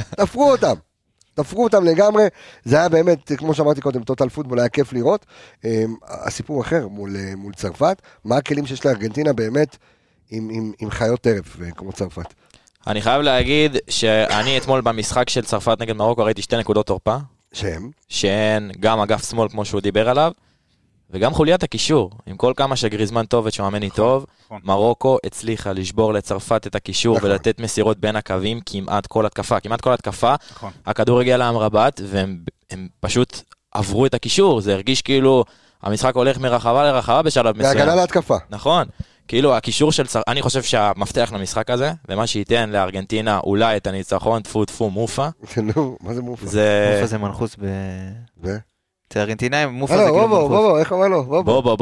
תפרו אותם לגמרי, זה היה באמת, כמו שאמרתי קודם, טוטל פוטבול, היה כיף לראות, הסיפור אחר מול צרפת, מה הכלים שיש לארגנטינה באמת, עם חיות טרף, כמו צרפת. אני חייב להגיד שאני אתמול במשחק של צרפת נגד מרוקו ראיתי 2 נקודות תורפה. שהן גם אגף שמאל כמו שהוא דיבר עליו, וגם חוליית הקישור. עם כל כמה שגריזמן טוב ושמאמני טוב, מרוקו הצליחה לשבור לצרפת את הקישור ולתת מסירות בין הקווים כמעט כל התקפה. הכדור הגיע לאמרבת והם פשוט עברו את הקישור. זה הרגיש כאילו המשחק הולך מרחבה לרחבה בשלב מסוים. והגנה להתקפה. נכון. כאילו הקישור של אני חושב שהמפתח למשחק הזה, ומה שייתן לארגנטינה אולי את הניצחון, טפו מופה. נו, מה זה מופה? מופה זה מנחוס אצל הארגנטינאים, מופה זה כאילו מנחוס. בובו, איך אומר לו?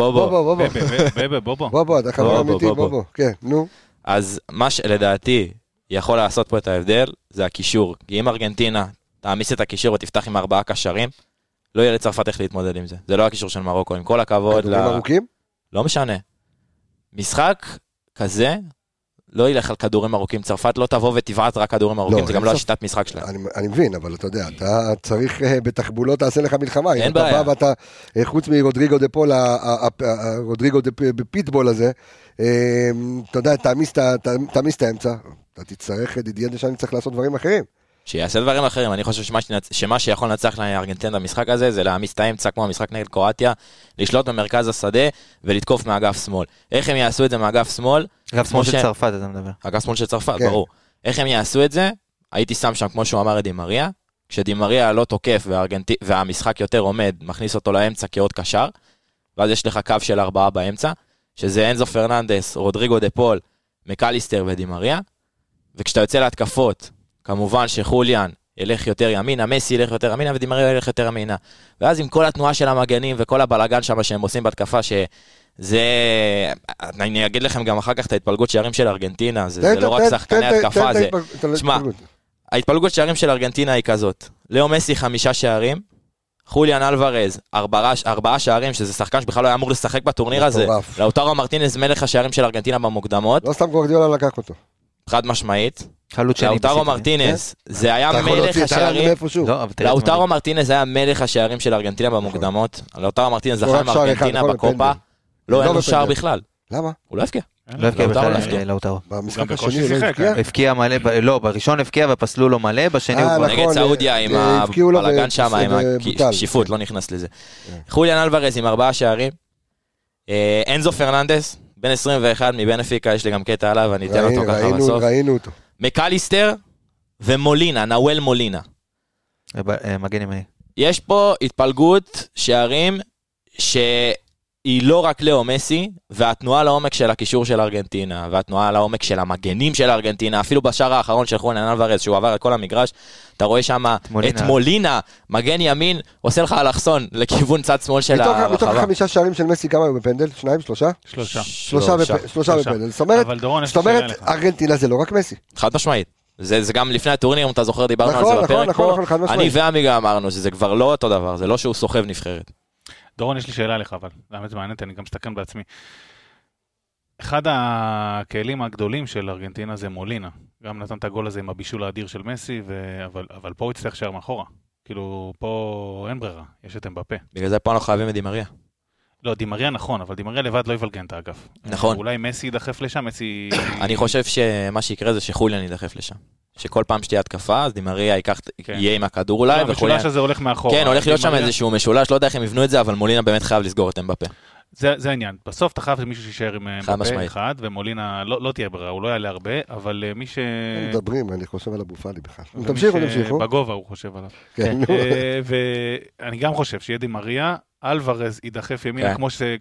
בובו, אתה חבר אמיתי, בובו, כן, נו. אז מה שלדעתי יכול לעשות פה את ההבדל, זה הקישור. כי אם ארגנטינה תעמיס את הקישור ותפתח עם 4 קשרים, לא יהיה לצרפת איך להתמודד עם זה. זה לא הקישור של מרוקו, עם כל הכבוד. כדורים ארוכים? לא משנה. משחק כזה לא ילך על כדורים ארוכים. צרפת לא תבוא ותבעט רק כדורים ארוכים, זה גם לא השיטת משחק שלה. אני מבין, אבל אתה יודע, אתה צריך בתחבולות תעשה לך מלחמה. אין בעיה. אתה בא ואתה, חוץ מרודריגו דה פול, רודריגו דה בפיטבול הזה, אתה יודע, תעמיס את האמצע, אתה תצטרך דידיה דשאני צריך לעשות דברים אחרים. שיעשה דברים אחרים, אני חושב שמה שיכול לנצח לארגנטינה במשחק הזה, זה להעמיס את האמצע כמו המשחק נגד קרואטיה, לשלוט במרכז השדה ולתקוף מאגף שמאל. איך הם יעשו את זה מאגף שמאל? אגף שמאל של צרפת, אתה מדבר. אגף שמאל של צרפת, ברור. איך הם יעשו את זה? הייתי שם שם, כמו שהוא אמר, את דימריה, כשדימריה לא תוקף והמשחק יותר עומד, מכניס אותו לאמצע כעוד קשר, ואז יש לך קו של 4 באמצע, שזה אנזו פרננדס, רודריגו דה פול, מקליסטר ודימריה, וכשאתה יוצא להתקפות, כמובן שחוליאן ילך יותר ימינה, מסי ילך יותר ימינה, ודימריה ילך יותר ימינה. ואז עם כל התנועה של המגנים וכל הבלגן שם שהם עושים בהתקפה, שזה... אני אגיד לכם גם אחר כך את ההתפלגות שערים של ארגנטינה, זה לא רק שחקני התקפה, זה... שמע, ההתפלגות שערים של ארגנטינה היא כזאת. לאו מסי 5 שערים, חוליאן אלוורז 4 שערים, שזה שחקן שבכלל לא היה אמור לשחק בטורניר הזה. לאוטרו מרטינז מלך השערים של ארגנטינה במוקדמות. לא סתם גוארדיולה לקח אותו. חד משמעית. לאוטרו מרטינז, זה היה מלך השערים. לאוטרו מרטינז היה מלך השערים של ארגנטינה במוקדמות. לאוטרו מרטינז זכה עם ארגנטינה בקופה. לא, אין לו שער בכלל. למה? הוא לא הפקיע. לא הפקיע בכלל לאוטרו. במשחק השני הוא לא הפקיע? הפקיע מלא, לא, בראשון הפקיע ופסלו לו מלא, בשני הוא... נגד סעודיה עם הבלגן שם, עם השיפוט, לא נכנס לזה. חוליאן אלוורז עם 4 שערים. אנזו פרננדס, בן 21 מבנפיקה, יש לי גם קטע עליו, אני אתן אותו ככה בסוף. ראינו אותו. מקליסטר ומולינה, נאואל מולינה. מגן ימני. יש פה התפלגות שערים שהיא לא רק לאו מסי, והתנועה לעומק של הקישור של ארגנטינה, והתנועה לעומק של המגנים של ארגנטינה, אפילו בשער האחרון של חוליאן אלוורז, שהוא עבר את כל המגרש, אתה רואה שם את מולינה, מגן ימין, עושה לך אלכסון לכיוון צד שמאל של הרחבה. מתוך 5 שערים של מסי, כמה היו בפנדל? 2, 3? 3 בפנדל. זאת אומרת, ארגנטינה זה לא רק מסי. חד משמעית. זה גם לפני הטורניר, אם אתה זוכר, דיברנו על זה בפרק פה. אני ועמי גם אמרנו שזה כבר לא אותו דבר, זה לא שהוא סוחב נבחרת. דורון, יש לי שאלה לך, אבל באמת מעניינת, אני גם מסתכן בעצמי. אחד הכלים הגדולים של ארגנטינה זה מולינה. גם נתן את הגול הזה עם הבישול האדיר של מסי, אבל פה הוא יצטרך שער מאחורה. כאילו, פה אין ברירה, יש את אמבפה. בגלל זה פה אנחנו חייבים את דימריה. לא, דימריה נכון, אבל דימריה לבד לא יבלגן את האגף. נכון. אולי מסי ידחף לשם, מסי... אני חושב שמה שיקרה זה שחוליאן ידחף לשם. שכל פעם שתהיה התקפה, אז דימריה יהיה עם הכדור אולי. המשולש הזה הולך מאחורה. כן, הולך להיות שם איזשהו משולש, לא יודע איך הם יבנו את זה, אבל מולינה באמת חייב לסגור את אמבפה. זה העניין. בסוף אתה חייב מישהו שישאר עם מבפה אחד, ומולינה לא תהיה ברירה, הוא לא יעלה הרבה, אבל מי ש... מדברים, אני חושב על אבו פאני בכלל. תמשיכו. בגובה הוא חושב עליו. ואני גם חושב שיהיה די מריה, אלוורז ידחף ימינה,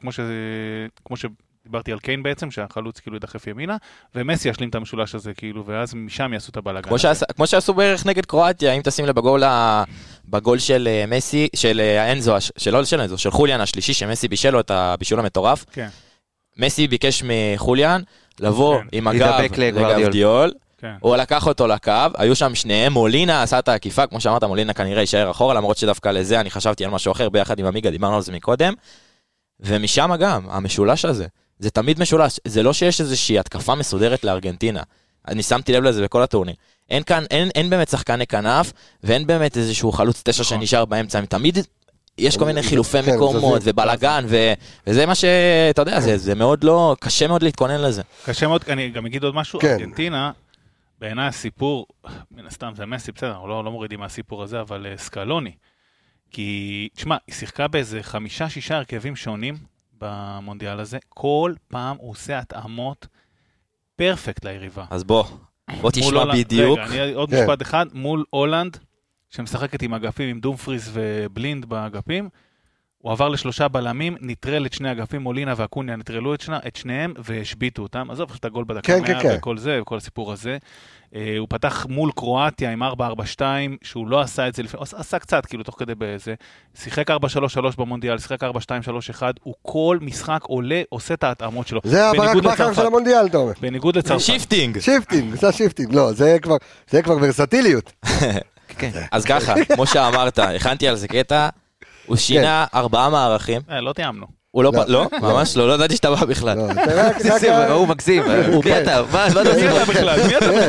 כמו שדיברתי על קיין בעצם, שהחלוץ כאילו ידחף ימינה, ומסי ישלים את המשולש הזה כאילו, ואז משם יעשו את הבלגן. כמו שעשו בערך נגד קרואטיה, אם תשים בגול של מסי, של אנזו, של חוליאן השלישי, שמסי בישל לו את הבישול המטורף. מסי ביקש מחוליאן לבוא עם הגב לגבדיול, הוא לקח אותו לקו, היו שם שניהם, מולינה עשה את העקיפה, כמו שאמרת, מולינה כנראה יישאר אחורה, למרות שדווקא לזה אני חשבתי על משהו אחר ביחד עם אמיגה, דיברנו על זה מקודם, ומשם גם, המשולש הזה, זה תמיד משולש, זה לא שיש איזושהי התקפה מסודרת לארגנטינה, אני שמתי לב לזה בכל הטורניר, אין באמת שחקני כנף, ואין באמת איזשהו חלוץ 9 שנשאר באמצע, תמיד יש כל מיני חילופי מקומות ובלגן, וזה מה שאתה יודע, זה מאוד לא, קשה מאוד להתכונן לזה. קשה מאוד, אני גם אגיד עוד משהו, ארגנטינה, בעיניי הסיפור, מן הסתם זה מסי, בסדר, לא מורידים מהסיפור הזה, אבל סקלוני, כי, תשמע, היא שיחקה באיזה 5-6 הרכבים שונים במונדיאל הזה, כל פעם הוא עושה התאמות פרפקט ליריבה. אז בוא תשמע בדיוק. רגע, עוד משפט אחד, מול הולנד, שמשחקת עם אגפים, עם דומפריס ובלינד באגפים, הוא עבר ל3 בלמים, נטרל את שני אגפים, מולינה ואקוניה נטרלו את שניהם והשביטו אותם, עזוב פשוט הגול בדקה 100 וכל זה, וכל הסיפור הזה. הוא פתח מול קרואטיה עם 4-4-2, שהוא לא עשה את זה לפני, עשה קצת כאילו תוך כדי באיזה, שיחק 4-3-3 במונדיאל, שיחק 4-2-3-1, הוא כל משחק עולה, עושה את ההתאמות שלו. זה הברק מחר של המונדיאל, תומר. בניגוד לצרפת. שיפטינג, לא, זה כבר ורסטיליות. אז ככה, כמו שאמרת, הכנתי על זה קטע, הוא שינה 4 מערכים. לא תיאמנו. הוא לא, ממש לא ידעתי שאתה בא בכלל. הוא מקסים, מי אתה? מה אתה בכלל?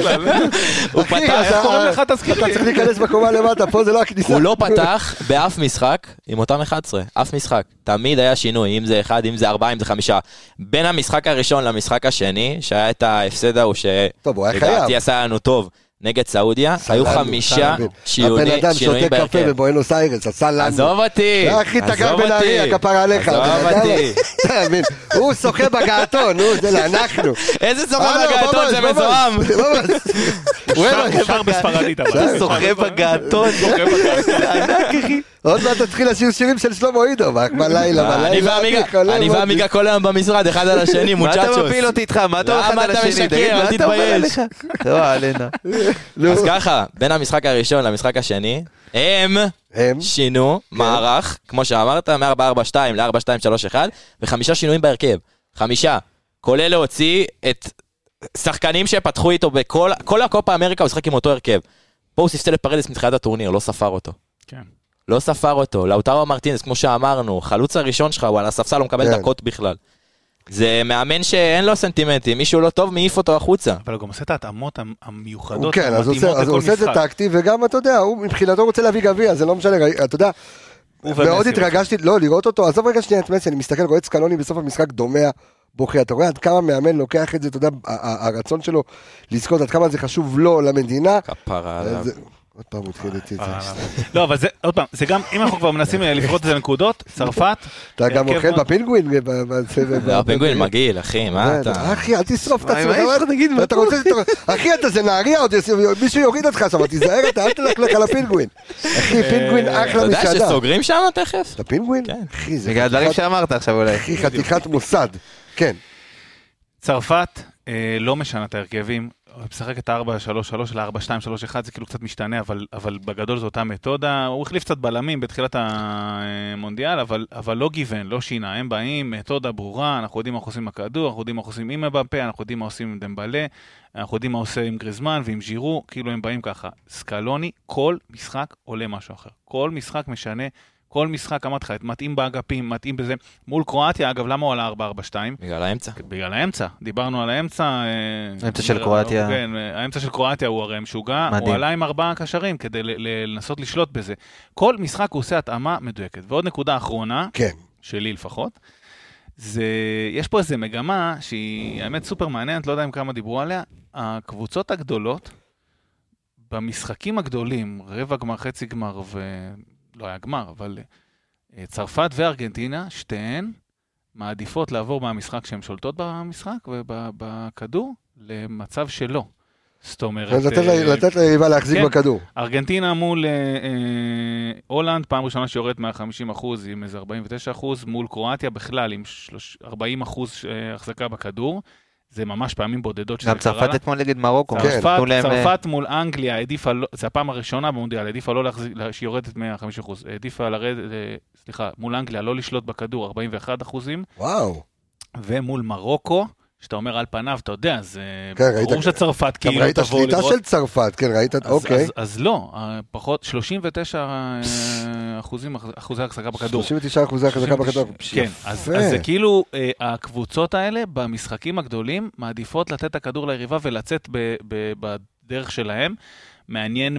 הוא פתח, איך קוראים לך תזכיר לי? אתה צריך להיכנס בקומה למטה, פה זה לא הכניסה. הוא לא פתח באף משחק עם אותם 11, אף משחק. תמיד היה שינוי, אם זה 1, אם זה 4, אם זה 5. בין המשחק הראשון למשחק השני, שהיה את ההפסד ההוא שלדעתי עשה לנו טוב. נגד סעודיה, היו 5 שינויים הבן אדם שותה קפה בבואנוס איירס, עשה לנו. עזוב אותי. אחי, תגר בנהרי, הכפר עליך. עזוב אותי. הוא שוחה בגעתון, זה אנחנו. איזה שוחה בגעתון, זה מזוהם. שר בספרדית. אתה שוחה בגעתון. עוד מעט תתחיל לשיר שירים של שלמה עידו, בלילה. אני ואמיגה כל היום במשרד, אחד על השני, מוצ'צ'וס. מה אתה מפיל אותי איתך? מה אתה הולך על השני? אל תתבייש. לא, עלינה. אז ככה, בין המשחק הראשון למשחק השני, הם שינו מערך, כמו שאמרת, מ-4-4-2 ל-4-2-3-1, ו5 שינויים בהרכב. 5, כולל להוציא את שחקנים שפתחו איתו בכל הקופה אמריקה, הוא שחק עם אותו הרכב. פה הוא ספסל לפרדס מתחילת הטורניר, לא ספר אותו. כן. לא ספר אותו. לאוטרו מרטינס, כמו שאמרנו, חלוץ הראשון שלך, הוא על הספסל, לא מקבל דקות בכלל. זה מאמן שאין לו סנטימנטים, מישהו לא טוב, מעיף אותו החוצה. אבל הוא גם עושה את ההתאמות המיוחדות. כן, אז הוא עושה את זה טקטי, וגם, אתה יודע, הוא מבחינתו רוצה להביא גביע, זה לא משנה, אתה יודע, מאוד התרגשתי, לא, לראות אותו, עזוב רגע שנייה את מסי, אני מסתכל, רואה את סקלוני בסוף המשחק דומע, בוכה, אתה רואה עד כמה מאמן לוקח את זה, אתה יודע, הרצון שלו לזכות, עד כמה זה חשוב לו, למדינה. כפרה עליו. עוד פעם התחיל איתי את זה. לא, אבל זה, עוד פעם, זה גם, אם אנחנו כבר מנסים לפרוט את זה נקודות, צרפת. אתה גם אוכל בפינגווין? הפינגווין מגעיל, אחי, מה אתה? אחי, אל תשרוף את עצמך. אחי, אתה זה נעריה, מישהו יוריד אותך שם, תיזהר, אתה אל תלך לך לפינגווין. אחי, פינגווין אחלה מסעדה. אתה יודע שסוגרים שם תכף? את הפינגווין? כן. בגלל הדברים שאמרת עכשיו אולי. אחי, חתיכת מוסד. כן. צרפת לא משנה את ההרכבים. משחק את 4-3-3 ל-4-2-3-1, זה כאילו קצת משתנה, אבל בגדול זו אותה מתודה. הוא החליף קצת בלמים בתחילת המונדיאל, אבל לא גיוון, לא שינה. הם באים, מתודה ברורה, אנחנו יודעים מה עושים עם הכדור, אנחנו יודעים מה עושים עם מבפה, אנחנו יודעים מה עושים עם דמבלה, אנחנו יודעים מה עושה עם גריזמן ועם ז'ירו, כאילו הם באים ככה. סקלוני, כל משחק עולה משהו אחר. כל משחק משנה, כל משחק, אמרתי לך, מתאים באגפים, מתאים בזה. מול קרואטיה, אגב, למה הוא עלה 4-4-2? בגלל האמצע. בגלל האמצע. דיברנו על האמצע. האמצע של קרואטיה. כן, האמצע של קרואטיה הוא הרי משוגע. הוא עלה עם 4 קשרים כדי לנסות לשלוט בזה. כל משחק הוא עושה התאמה מדויקת. ועוד נקודה אחרונה, שלי לפחות, זה, יש פה איזו מגמה שהיא האמת סופר מעניינת, לא יודע אם כמה דיברו עליה. הקבוצות הגדולות, במשחקים הגדולים, רבע גמר, חצי גמר לא היה גמר, אבל צרפת וארגנטינה, שתיהן מעדיפות לעבור מהמשחק שהן שולטות במשחק ובכדור למצב שלא. זאת אומרת... לתת ליריבה להחזיק בכדור. ארגנטינה מול הולנד, פעם ראשונה שיורדת 150% עם איזה 49%, מול קרואטיה בכלל עם 40% החזקה בכדור. זה ממש פעמים בודדות שזה קרה לה. גם צרפת אתמול נגד מרוקו. צרפת מול אנגליה, זה הפעם הראשונה במונדיאל, העדיפה לא להחזיק, שיורדת 150%. העדיפה מול אנגליה לא לשלוט בכדור 41%. וואו. ומול מרוקו, שאתה אומר על פניו, אתה יודע, זה ברור שצרפת כאילו ראית שליטה של צרפת, כן, ראית, אוקיי. אז לא, פחות 39% אחוזי החזקה בכדור. 39% החזקה בכדור. כן, אז זה כאילו, הקבוצות האלה במשחקים הגדולים מעדיפות לתת את הכדור ליריבה ולצאת בדרך שלהם. מעניין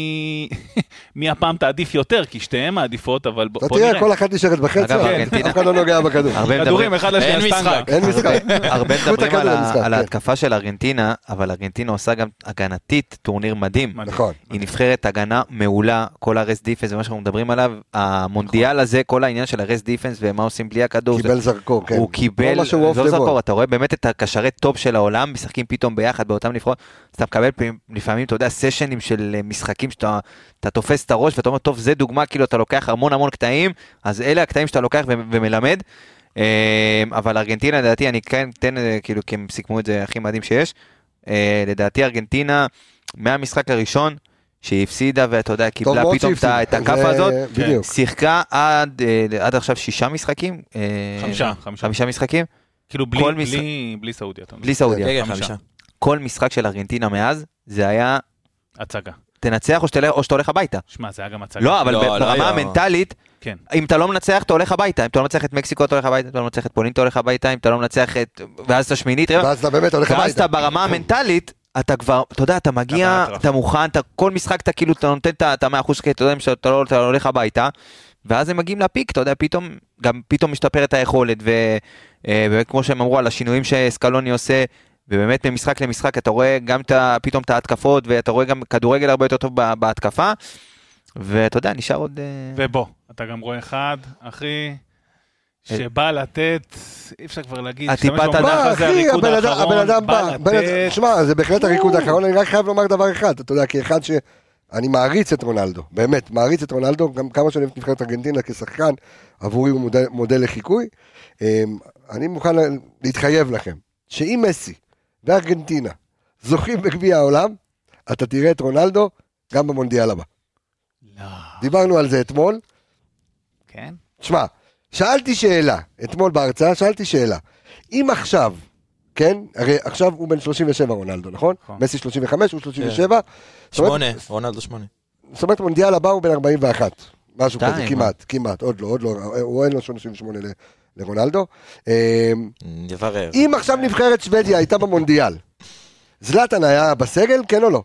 מי הפעם תעדיף יותר, כי שתיהם מעדיפות, אבל בוא נראה. תראה, כל אחת נשארת בחצי, אף אחד לא נוגע בכדור. כדורים, אחד לשני הסטנדרט. אין משחק. הרבה מדברים על ההתקפה של ארגנטינה, אבל ארגנטינה עושה גם הגנתית טורניר מדהים. נכון. היא נבחרת הגנה מעולה, כל הרס דיפנס ומה שאנחנו מדברים עליו, המונדיאל הזה, כל העניין של הרס דיפנס ומה עושים בלי הכדור. קיבל זרקור, כן. הוא קיבל זרקור, אתה רואה באמת את הקשרי טופ של העולם, משחקים פתאום ביחד באותם נבחרות, אז אתה מקבל לפעמים, אתה יודע, סשנים של משחקים שאתה תופס את הראש ואתה אומר, טוב, זה דוגמה, כאילו אתה לוקח המון קטעים, אז אלה הקטעים שאתה לוקח ומלמד, אבל ארגנטינה, לדעתי, אני כן אתן, כאילו, כי הם סיכמו את זה הכי מדהים שיש, לדעתי ארגנטינה, מהמשחק הראשון, שהיא הפסידה, ואתה יודע, קיבלה פתאום את הכף הזאת, שיחקה עד עכשיו 6 משחקים, 5 משחקים, כאילו בלי סעודיה. בלי סעודיה. כל משחק של ארגנטינה מאז, זה היה הצגה. תנצח או שאתה הולך הביתה. שמע, זה היה גם הצגה. לא, אבל ברמה המנטלית, כן. אם אתה לא מנצח, אתה הולך הביתה. אם אתה לא מנצח את מקסיקו, אתה הולך הביתה. אם אתה לא מנצח את פולין, אתה הולך הביתה. אם אתה לא מנצח את... ואז אתה שמינית. ואז אתה באמת הולך הביתה. ואז אתה ברמה המנטלית, אתה כבר, אתה יודע, אתה מגיע, אתה מוכן, כל משחק אתה כאילו, אתה נותן את ה-100%, כי אתה יודע שאתה לא הולך הביתה, ואז הם מגיעים לפיק, אתה יודע, פתאום משתפרת היכולת, וכמו שהם אמרו על השינויים שסקלוני עושה, ובאמת ממשחק למשחק אתה רואה גם פתאום את ההתקפות, ואתה רואה גם כדורגל הרבה יותר טוב בהתקפה, ואתה יודע, נשאר עוד... ובוא, אתה גם רואה אחד, אחי, שבא לתת, אי אפשר כבר להגיד, בא, אחי, הבן אדם בא, שמע, זה בהחלט הריקוד האחרון, אני רק חייב לומר דבר אחד, אתה יודע, כאחד שאני מעריץ את רונלדו, באמת, מעריץ את רונלדו, גם כמה שאני נבחרת ארגנטינה כשחקן, עבורי הוא מודל לחיקוי, אני מוכן להתחייב לכם, שאם מסי וארגנטינה זוכים בגביע העולם, אתה תראה את רונלדו גם במונדיאל הבא. לא. דיברנו על זה אתמול. כן. שמע, שאלתי שאלה, אתמול בהרצאה שאלתי שאלה, אם עכשיו, כן, הרי עכשיו הוא בן 37 רונלדו, נכון? מסי 35, הוא 37. 8, רונלדו 8. זאת אומרת, מונדיאל הבא הוא בן 41, משהו כזה, כמעט, עוד לא, הוא אין לו 38 לרונלדו. נברר. אם עכשיו נבחרת שוודיה הייתה במונדיאל, זלאטן היה בסגל, כן או לא?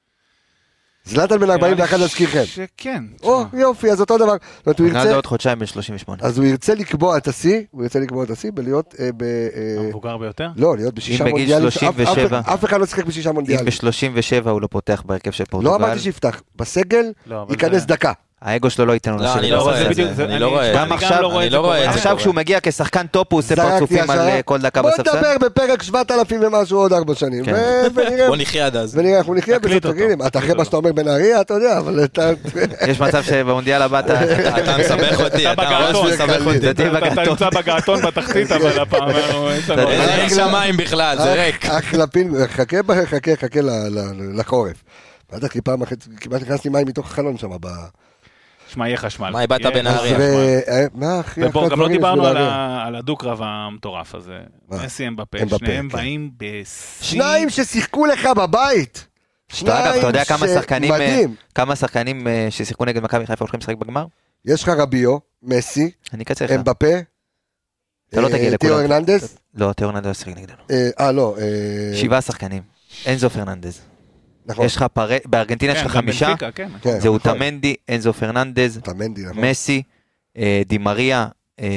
זלאטן בן 41 להזכירכם. שכן. או, יופי, אז אותו דבר. רונלדו עוד חודשיים בן 38. אז הוא ירצה לקבוע את השיא, בלהיות... המבוגר ביותר? לא, להיות ב6 מונדיאלים. אף אחד לא שחק ב6 מונדיאלים. אם ב37 הוא לא פותח בהרכב של פורטוגל. לא אמרתי שיפתח, בסגל ייכנס דקה. האגו שלו לא ייתן לו לשבת. אני לא רואה את זה. עכשיו כשהוא מגיע כשחקן טופ הוא עושה פרצופים על כל דקה בספסל. בוא נדבר בפרק 7,000 ומשהו עוד 4 שנים. בוא נחיה עד אז. אנחנו נחיה בזה, תגידים. אתה אחרי מה שאתה אומר בנהריה, אתה יודע, אבל אתה... יש מצב שבמונדיאל הבא אתה מסבך אותי, אתה נמצא בגעתון בתחתית, אבל הפעם... אין שמיים בכלל, זה ריק. חכה לחורף. בטח כי פעם כמעט נכנסתי מים מתוך החלון שם שמע, יהיה חשמל. מה, הבאת בנהריה? מה אחי? ובוא, גם לא דיברנו על הדו-קרב המטורף הזה. מסי אמבפה, שניהם באים בשיא. שניים ששיחקו לך בבית. אגב, אתה יודע כמה שחקנים ששיחקו נגד מכבי חיפה הולכים לשחק בגמר? יש לך רביו, מסי, אמבפה, תיאו הרננדז. לא, תיאו הרננדז לא שיחק נגדנו. לא. 7 שחקנים. אנזו פרננדז. יש לך בארגנטינה יש לך 5, זהו טמנדי, אנזו פרננדז, מסי, די מריה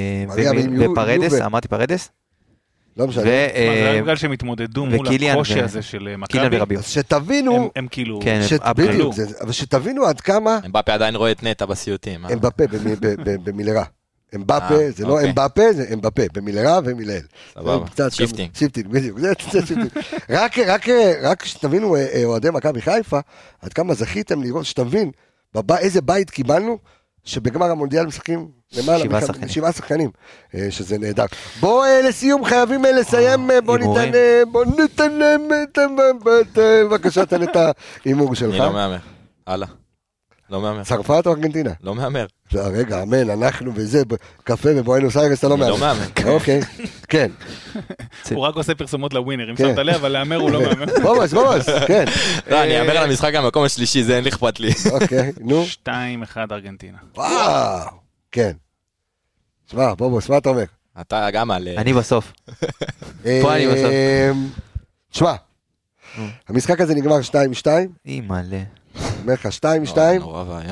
ופרדס, אמרתי פרדס? לא משנה. זה בגלל שהם התמודדו מול הקושי הזה של מכבי. אז שתבינו, הם כאילו... אבל שתבינו עד כמה... אמבפה עדיין רואה את נטע בסיוטים. אמבפה במילרה. אמבפה, זה לא אמבפה, זה אמבפה, במילרה ומילל. סבבה, שיפטינג. שיפטינג, בדיוק, זה שיפטינג. רק שתבינו, אוהדי מכבי חיפה, עד כמה זכיתם לראות, שתבין, איזה בית קיבלנו, שבגמר המונדיאל משחקים למעלה 7 שחקנים, שזה נהדר. בוא לסיום, חייבים לסיים, בוא ניתן בבקשה, תן את האימור שלך. אני לא מאמר, הלאה. לא מאמר. צרפת או ארגנטינה? לא מאמר. רגע, אמן, אנחנו וזה, קפה ובואנוס איירס, אתה לא מאמר. אני לא מאמר. אוקיי, כן. הוא רק עושה פרסומות לווינר, אם שמת עליה, אבל לאמר הוא לא מאמר. בומוס, כן. לא, אני אאמר על המשחק המקום השלישי, זה אין לי אכפת לי. אוקיי, נו. 2-1 ארגנטינה. וואו, כן. שמע, בומוס, מה אתה אומר? אתה גם על... אני בסוף. פה אני בסוף. שמע, המשחק הזה נגמר 2-2. אימא'לה. אומר לך 2-2. נורא ואיום.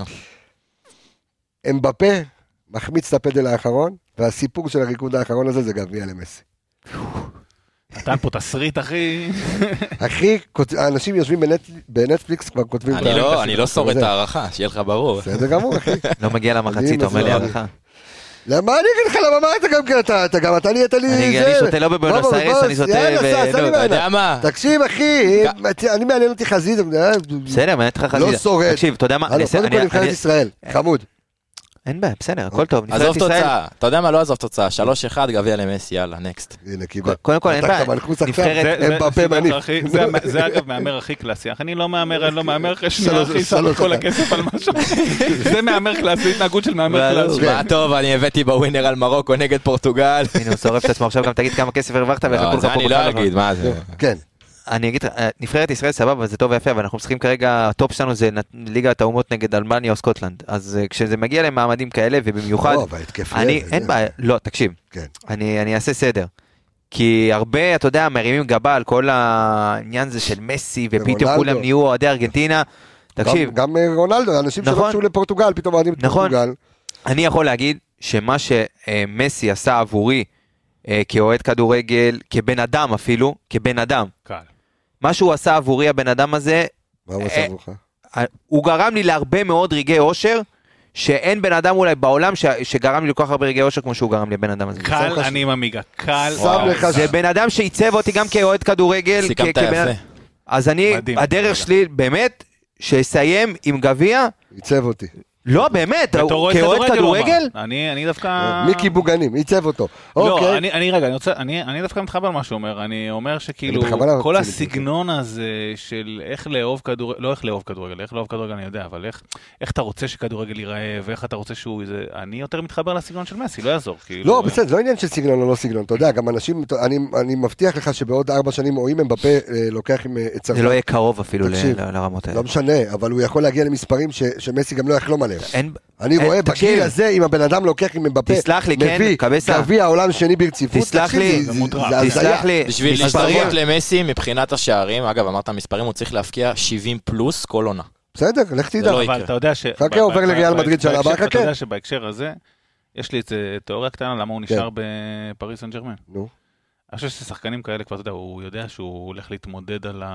אמבפה מחמיץ את הפדל האחרון, והסיפור של הריקוד האחרון הזה זה גביע למסי. נתן פה תסריט, אחי. אחי, האנשים יושבים בנטפליקס, כבר כותבים... אני לא שורד את הערכה, שיהיה לך ברור. בסדר גמור, אחי. לא מגיע למחצית, אומר לי הערכה. למה אני אגיד לך, למה אתה גם כן, גם אתה נהיית לי... אני שותה לא בבונוס איירס, אני שותה... אתה יודע מה? תקשיב, אחי, אני מעניין אותי חזית. בסדר, מעניין אותך חזית. לא שורד. תקשיב, אתה יודע מה? קודם כל נבחרת ישראל, חמוד. אין בעיה, בסדר, הכל טוב. עזוב תוצאה, אתה יודע מה? לא עזוב תוצאה, 3-1 גביע למסי, יאללה, נקסט. הנה, קיבל. קודם כל, אין בעיה. זה אגב מאמר הכי קלאסי. אני לא מאמר אחרי שנייה, אחי, שם כל הכסף על משהו. זה מאמר קלאסי, התנהגות של מאמר קלאסי. מה טוב, אני הבאתי בווינר על מרוקו נגד פורטוגל. הנה, הוא שורף את עצמו, עכשיו גם תגיד כמה כסף הרווחת. זה אני לא אגיד, מה זה? כן. אני אגיד, נבחרת ישראל סבבה, זה טוב ויפה, אבל אנחנו משחקים כרגע, הטופ שלנו זה ליגת האומות נגד אלמניה או סקוטלנד, אז כשזה מגיע למעמדים כאלה, ובמיוחד, אין בעיה, לא, תקשיב, אני אעשה סדר, כי הרבה, אתה יודע, מרימים גבה על כל העניין הזה של מסי, ופתאום כולם נהיו אוהדי ארגנטינה, תקשיב. גם רונלדו, אנשים שלא קשו לפורטוגל, פתאום אוהדים לפורטוגל. אני יכול להגיד שמה שמסי עשה עבורי, כאוהד כדורגל, כבן אדם אפילו, כבן אדם. קל. מה שהוא עשה עבורי הבן אדם הזה, מה הוא עשה עבורך? הוא גרם לי להרבה מאוד רגעי אושר, שאין בן אדם אולי בעולם שגרם לי לכל הרבה רגעי אושר כמו שהוא גרם לי בן אדם הזה. קל, אני עם עמיגה, קל. זה בן אדם שעיצב אותי גם כאוהד כדורגל. סיכמת יפה. אז אני, הדרך שלי באמת, שיסיים עם גביע. עיצב אותי. לא, באמת, כאוהד כדורגל? אני דווקא... מיקי בוגנים, עיצב אותו. לא, אני דווקא מתחבר למה שהוא אומר. אני אומר שכאילו, כל הסגנון הזה של איך לאהוב כדורגל, לא איך לאהוב כדורגל, איך לאהוב כדורגל אני יודע, אבל איך אתה רוצה שכדורגל ייראה, ואיך אתה רוצה שהוא... אני יותר מתחבר לסגנון של מסי, לא יעזור. לא, בסדר, לא עניין של סגנון או לא סגנון. אתה יודע, גם אנשים, אני מבטיח לך שבעוד 4 שנים או אם אמבפה לוקח עם צרפת. זה לא יהיה קרוב אפילו לרמות האלה. לא משנה, אבל הוא יכול להגיע למספרים שמסי גם לא יחלום עליהם. אני רואה בגיל הזה, אם הבן אדם לוקח עם אמבפה, מביא גביע העולם שני ברציפות, תסלח לי, בשביל להשתוות למסי מבחינת השערים, אגב אמרת המספרים, הוא צריך להפקיע 70 פלוס כל עונה. בסדר, לך תדע. אבל אתה יודע ש... חכה, עובר לריאל מדריד שנה הבאה, חכה. אתה יודע שבהקשר הזה, יש לי תיאוריה קטנה, למה הוא נשאר בפריז סן ז'רמן. נו. אני חושב ששחקנים כאלה כבר, אתה יודע, הוא יודע שהוא הולך להתמודד על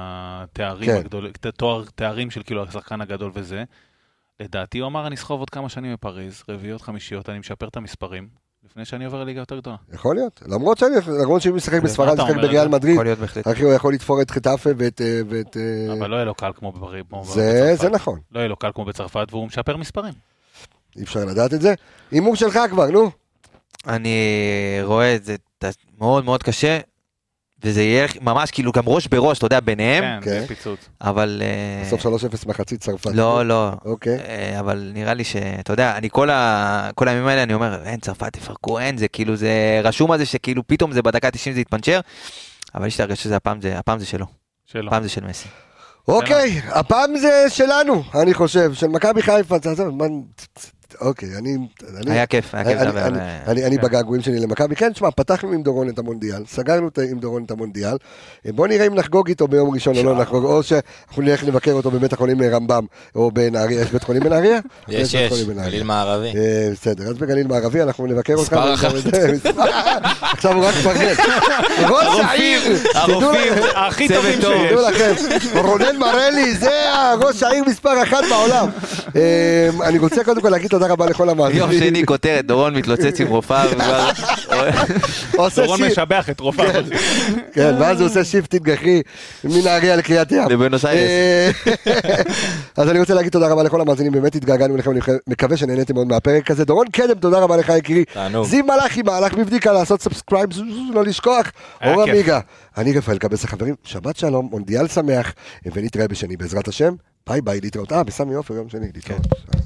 התארים של כאילו השחקן הגדול וזה. לדעתי הוא אמר, אני אסחוב עוד כמה שנים בפריז, רביעיות, חמישיות, אני משפר את המספרים, לפני שאני עובר לליגה יותר גדולה. יכול להיות, למרות שהוא משחק בספרד, משחק בריאל מדריד, אחי הוא יכול לתפור את חטאפה ואת... אבל לא יהיה לו קל כמו בפריז. זה נכון. לא יהיה לו קל כמו בצרפת, והוא משפר מספרים. אי אפשר לדעת את זה. הימור שלך כבר, נו. אני רואה את זה מאוד מאוד קשה, וזה יהיה ממש כאילו גם ראש בראש, אתה יודע, ביניהם. כן, זה פיצוץ. אבל... בסוף 3-0 מחצית צרפת. לא. אוקיי. אבל נראה לי שאתה יודע, אני כל הימים האלה אני אומר, אין צרפת, תפרקו, אין, זה כאילו, זה רשום על זה שכאילו פתאום זה בדקה 90 זה יתפנצ'ר, אבל יש להרגש שזה הפעם זה שלו. הפעם זה של מסי. אוקיי, הפעם זה שלנו, אני חושב, של מכבי חיפה, אוקיי, היה כיף לדבר. אני בגעגועים שלי למכבי, כן, תשמע, פתחנו עם דורון את המונדיאל, סגרנו עם דורון את המונדיאל, בוא נראה אם נחגוג איתו ביום ראשון או לא נחגוג, או שאנחנו נלך לבקר אותו בבית החולים רמב"ם, או בנהריה, יש בית חולים בנהריה? יש, גליל מערבי. בסדר, אז בגליל מערבי אנחנו נבקר אותך. מספר אחת. עכשיו הוא רק פרגן. ראש העיר, הרופאים, הכי טובים שיש. רונן מרלי, זה ראש העיר מספר 1 בעולם. אני רוצה קודם כל להגיד תודה רבה לכל המאזינים. יום שני כותרת, דורון מתלוצץ עם רופאה. דורון משבח את רופאה. כן, ואז הוא עושה שיפט תתגחי מנהריה לקריית ים. לבונוס איירס. אז אני רוצה להגיד תודה רבה לכל המאזינים, באמת התגעגענו לכם, אני מקווה שנהניתם מאוד מהפרק הזה. דורון קדם, תודה רבה לך יקירי. זיו מלאכי, מהלך בבדיקה, לעשות סאבסקרייב, לא לשכוח. אור עמיגה, אני רפאל קבס החברים, שבת שלום, מונדיאל שמח, ונתראה בשני בעזרת השם. ביי ביי, להתראות. בסמי עופר יום שני, להתראות.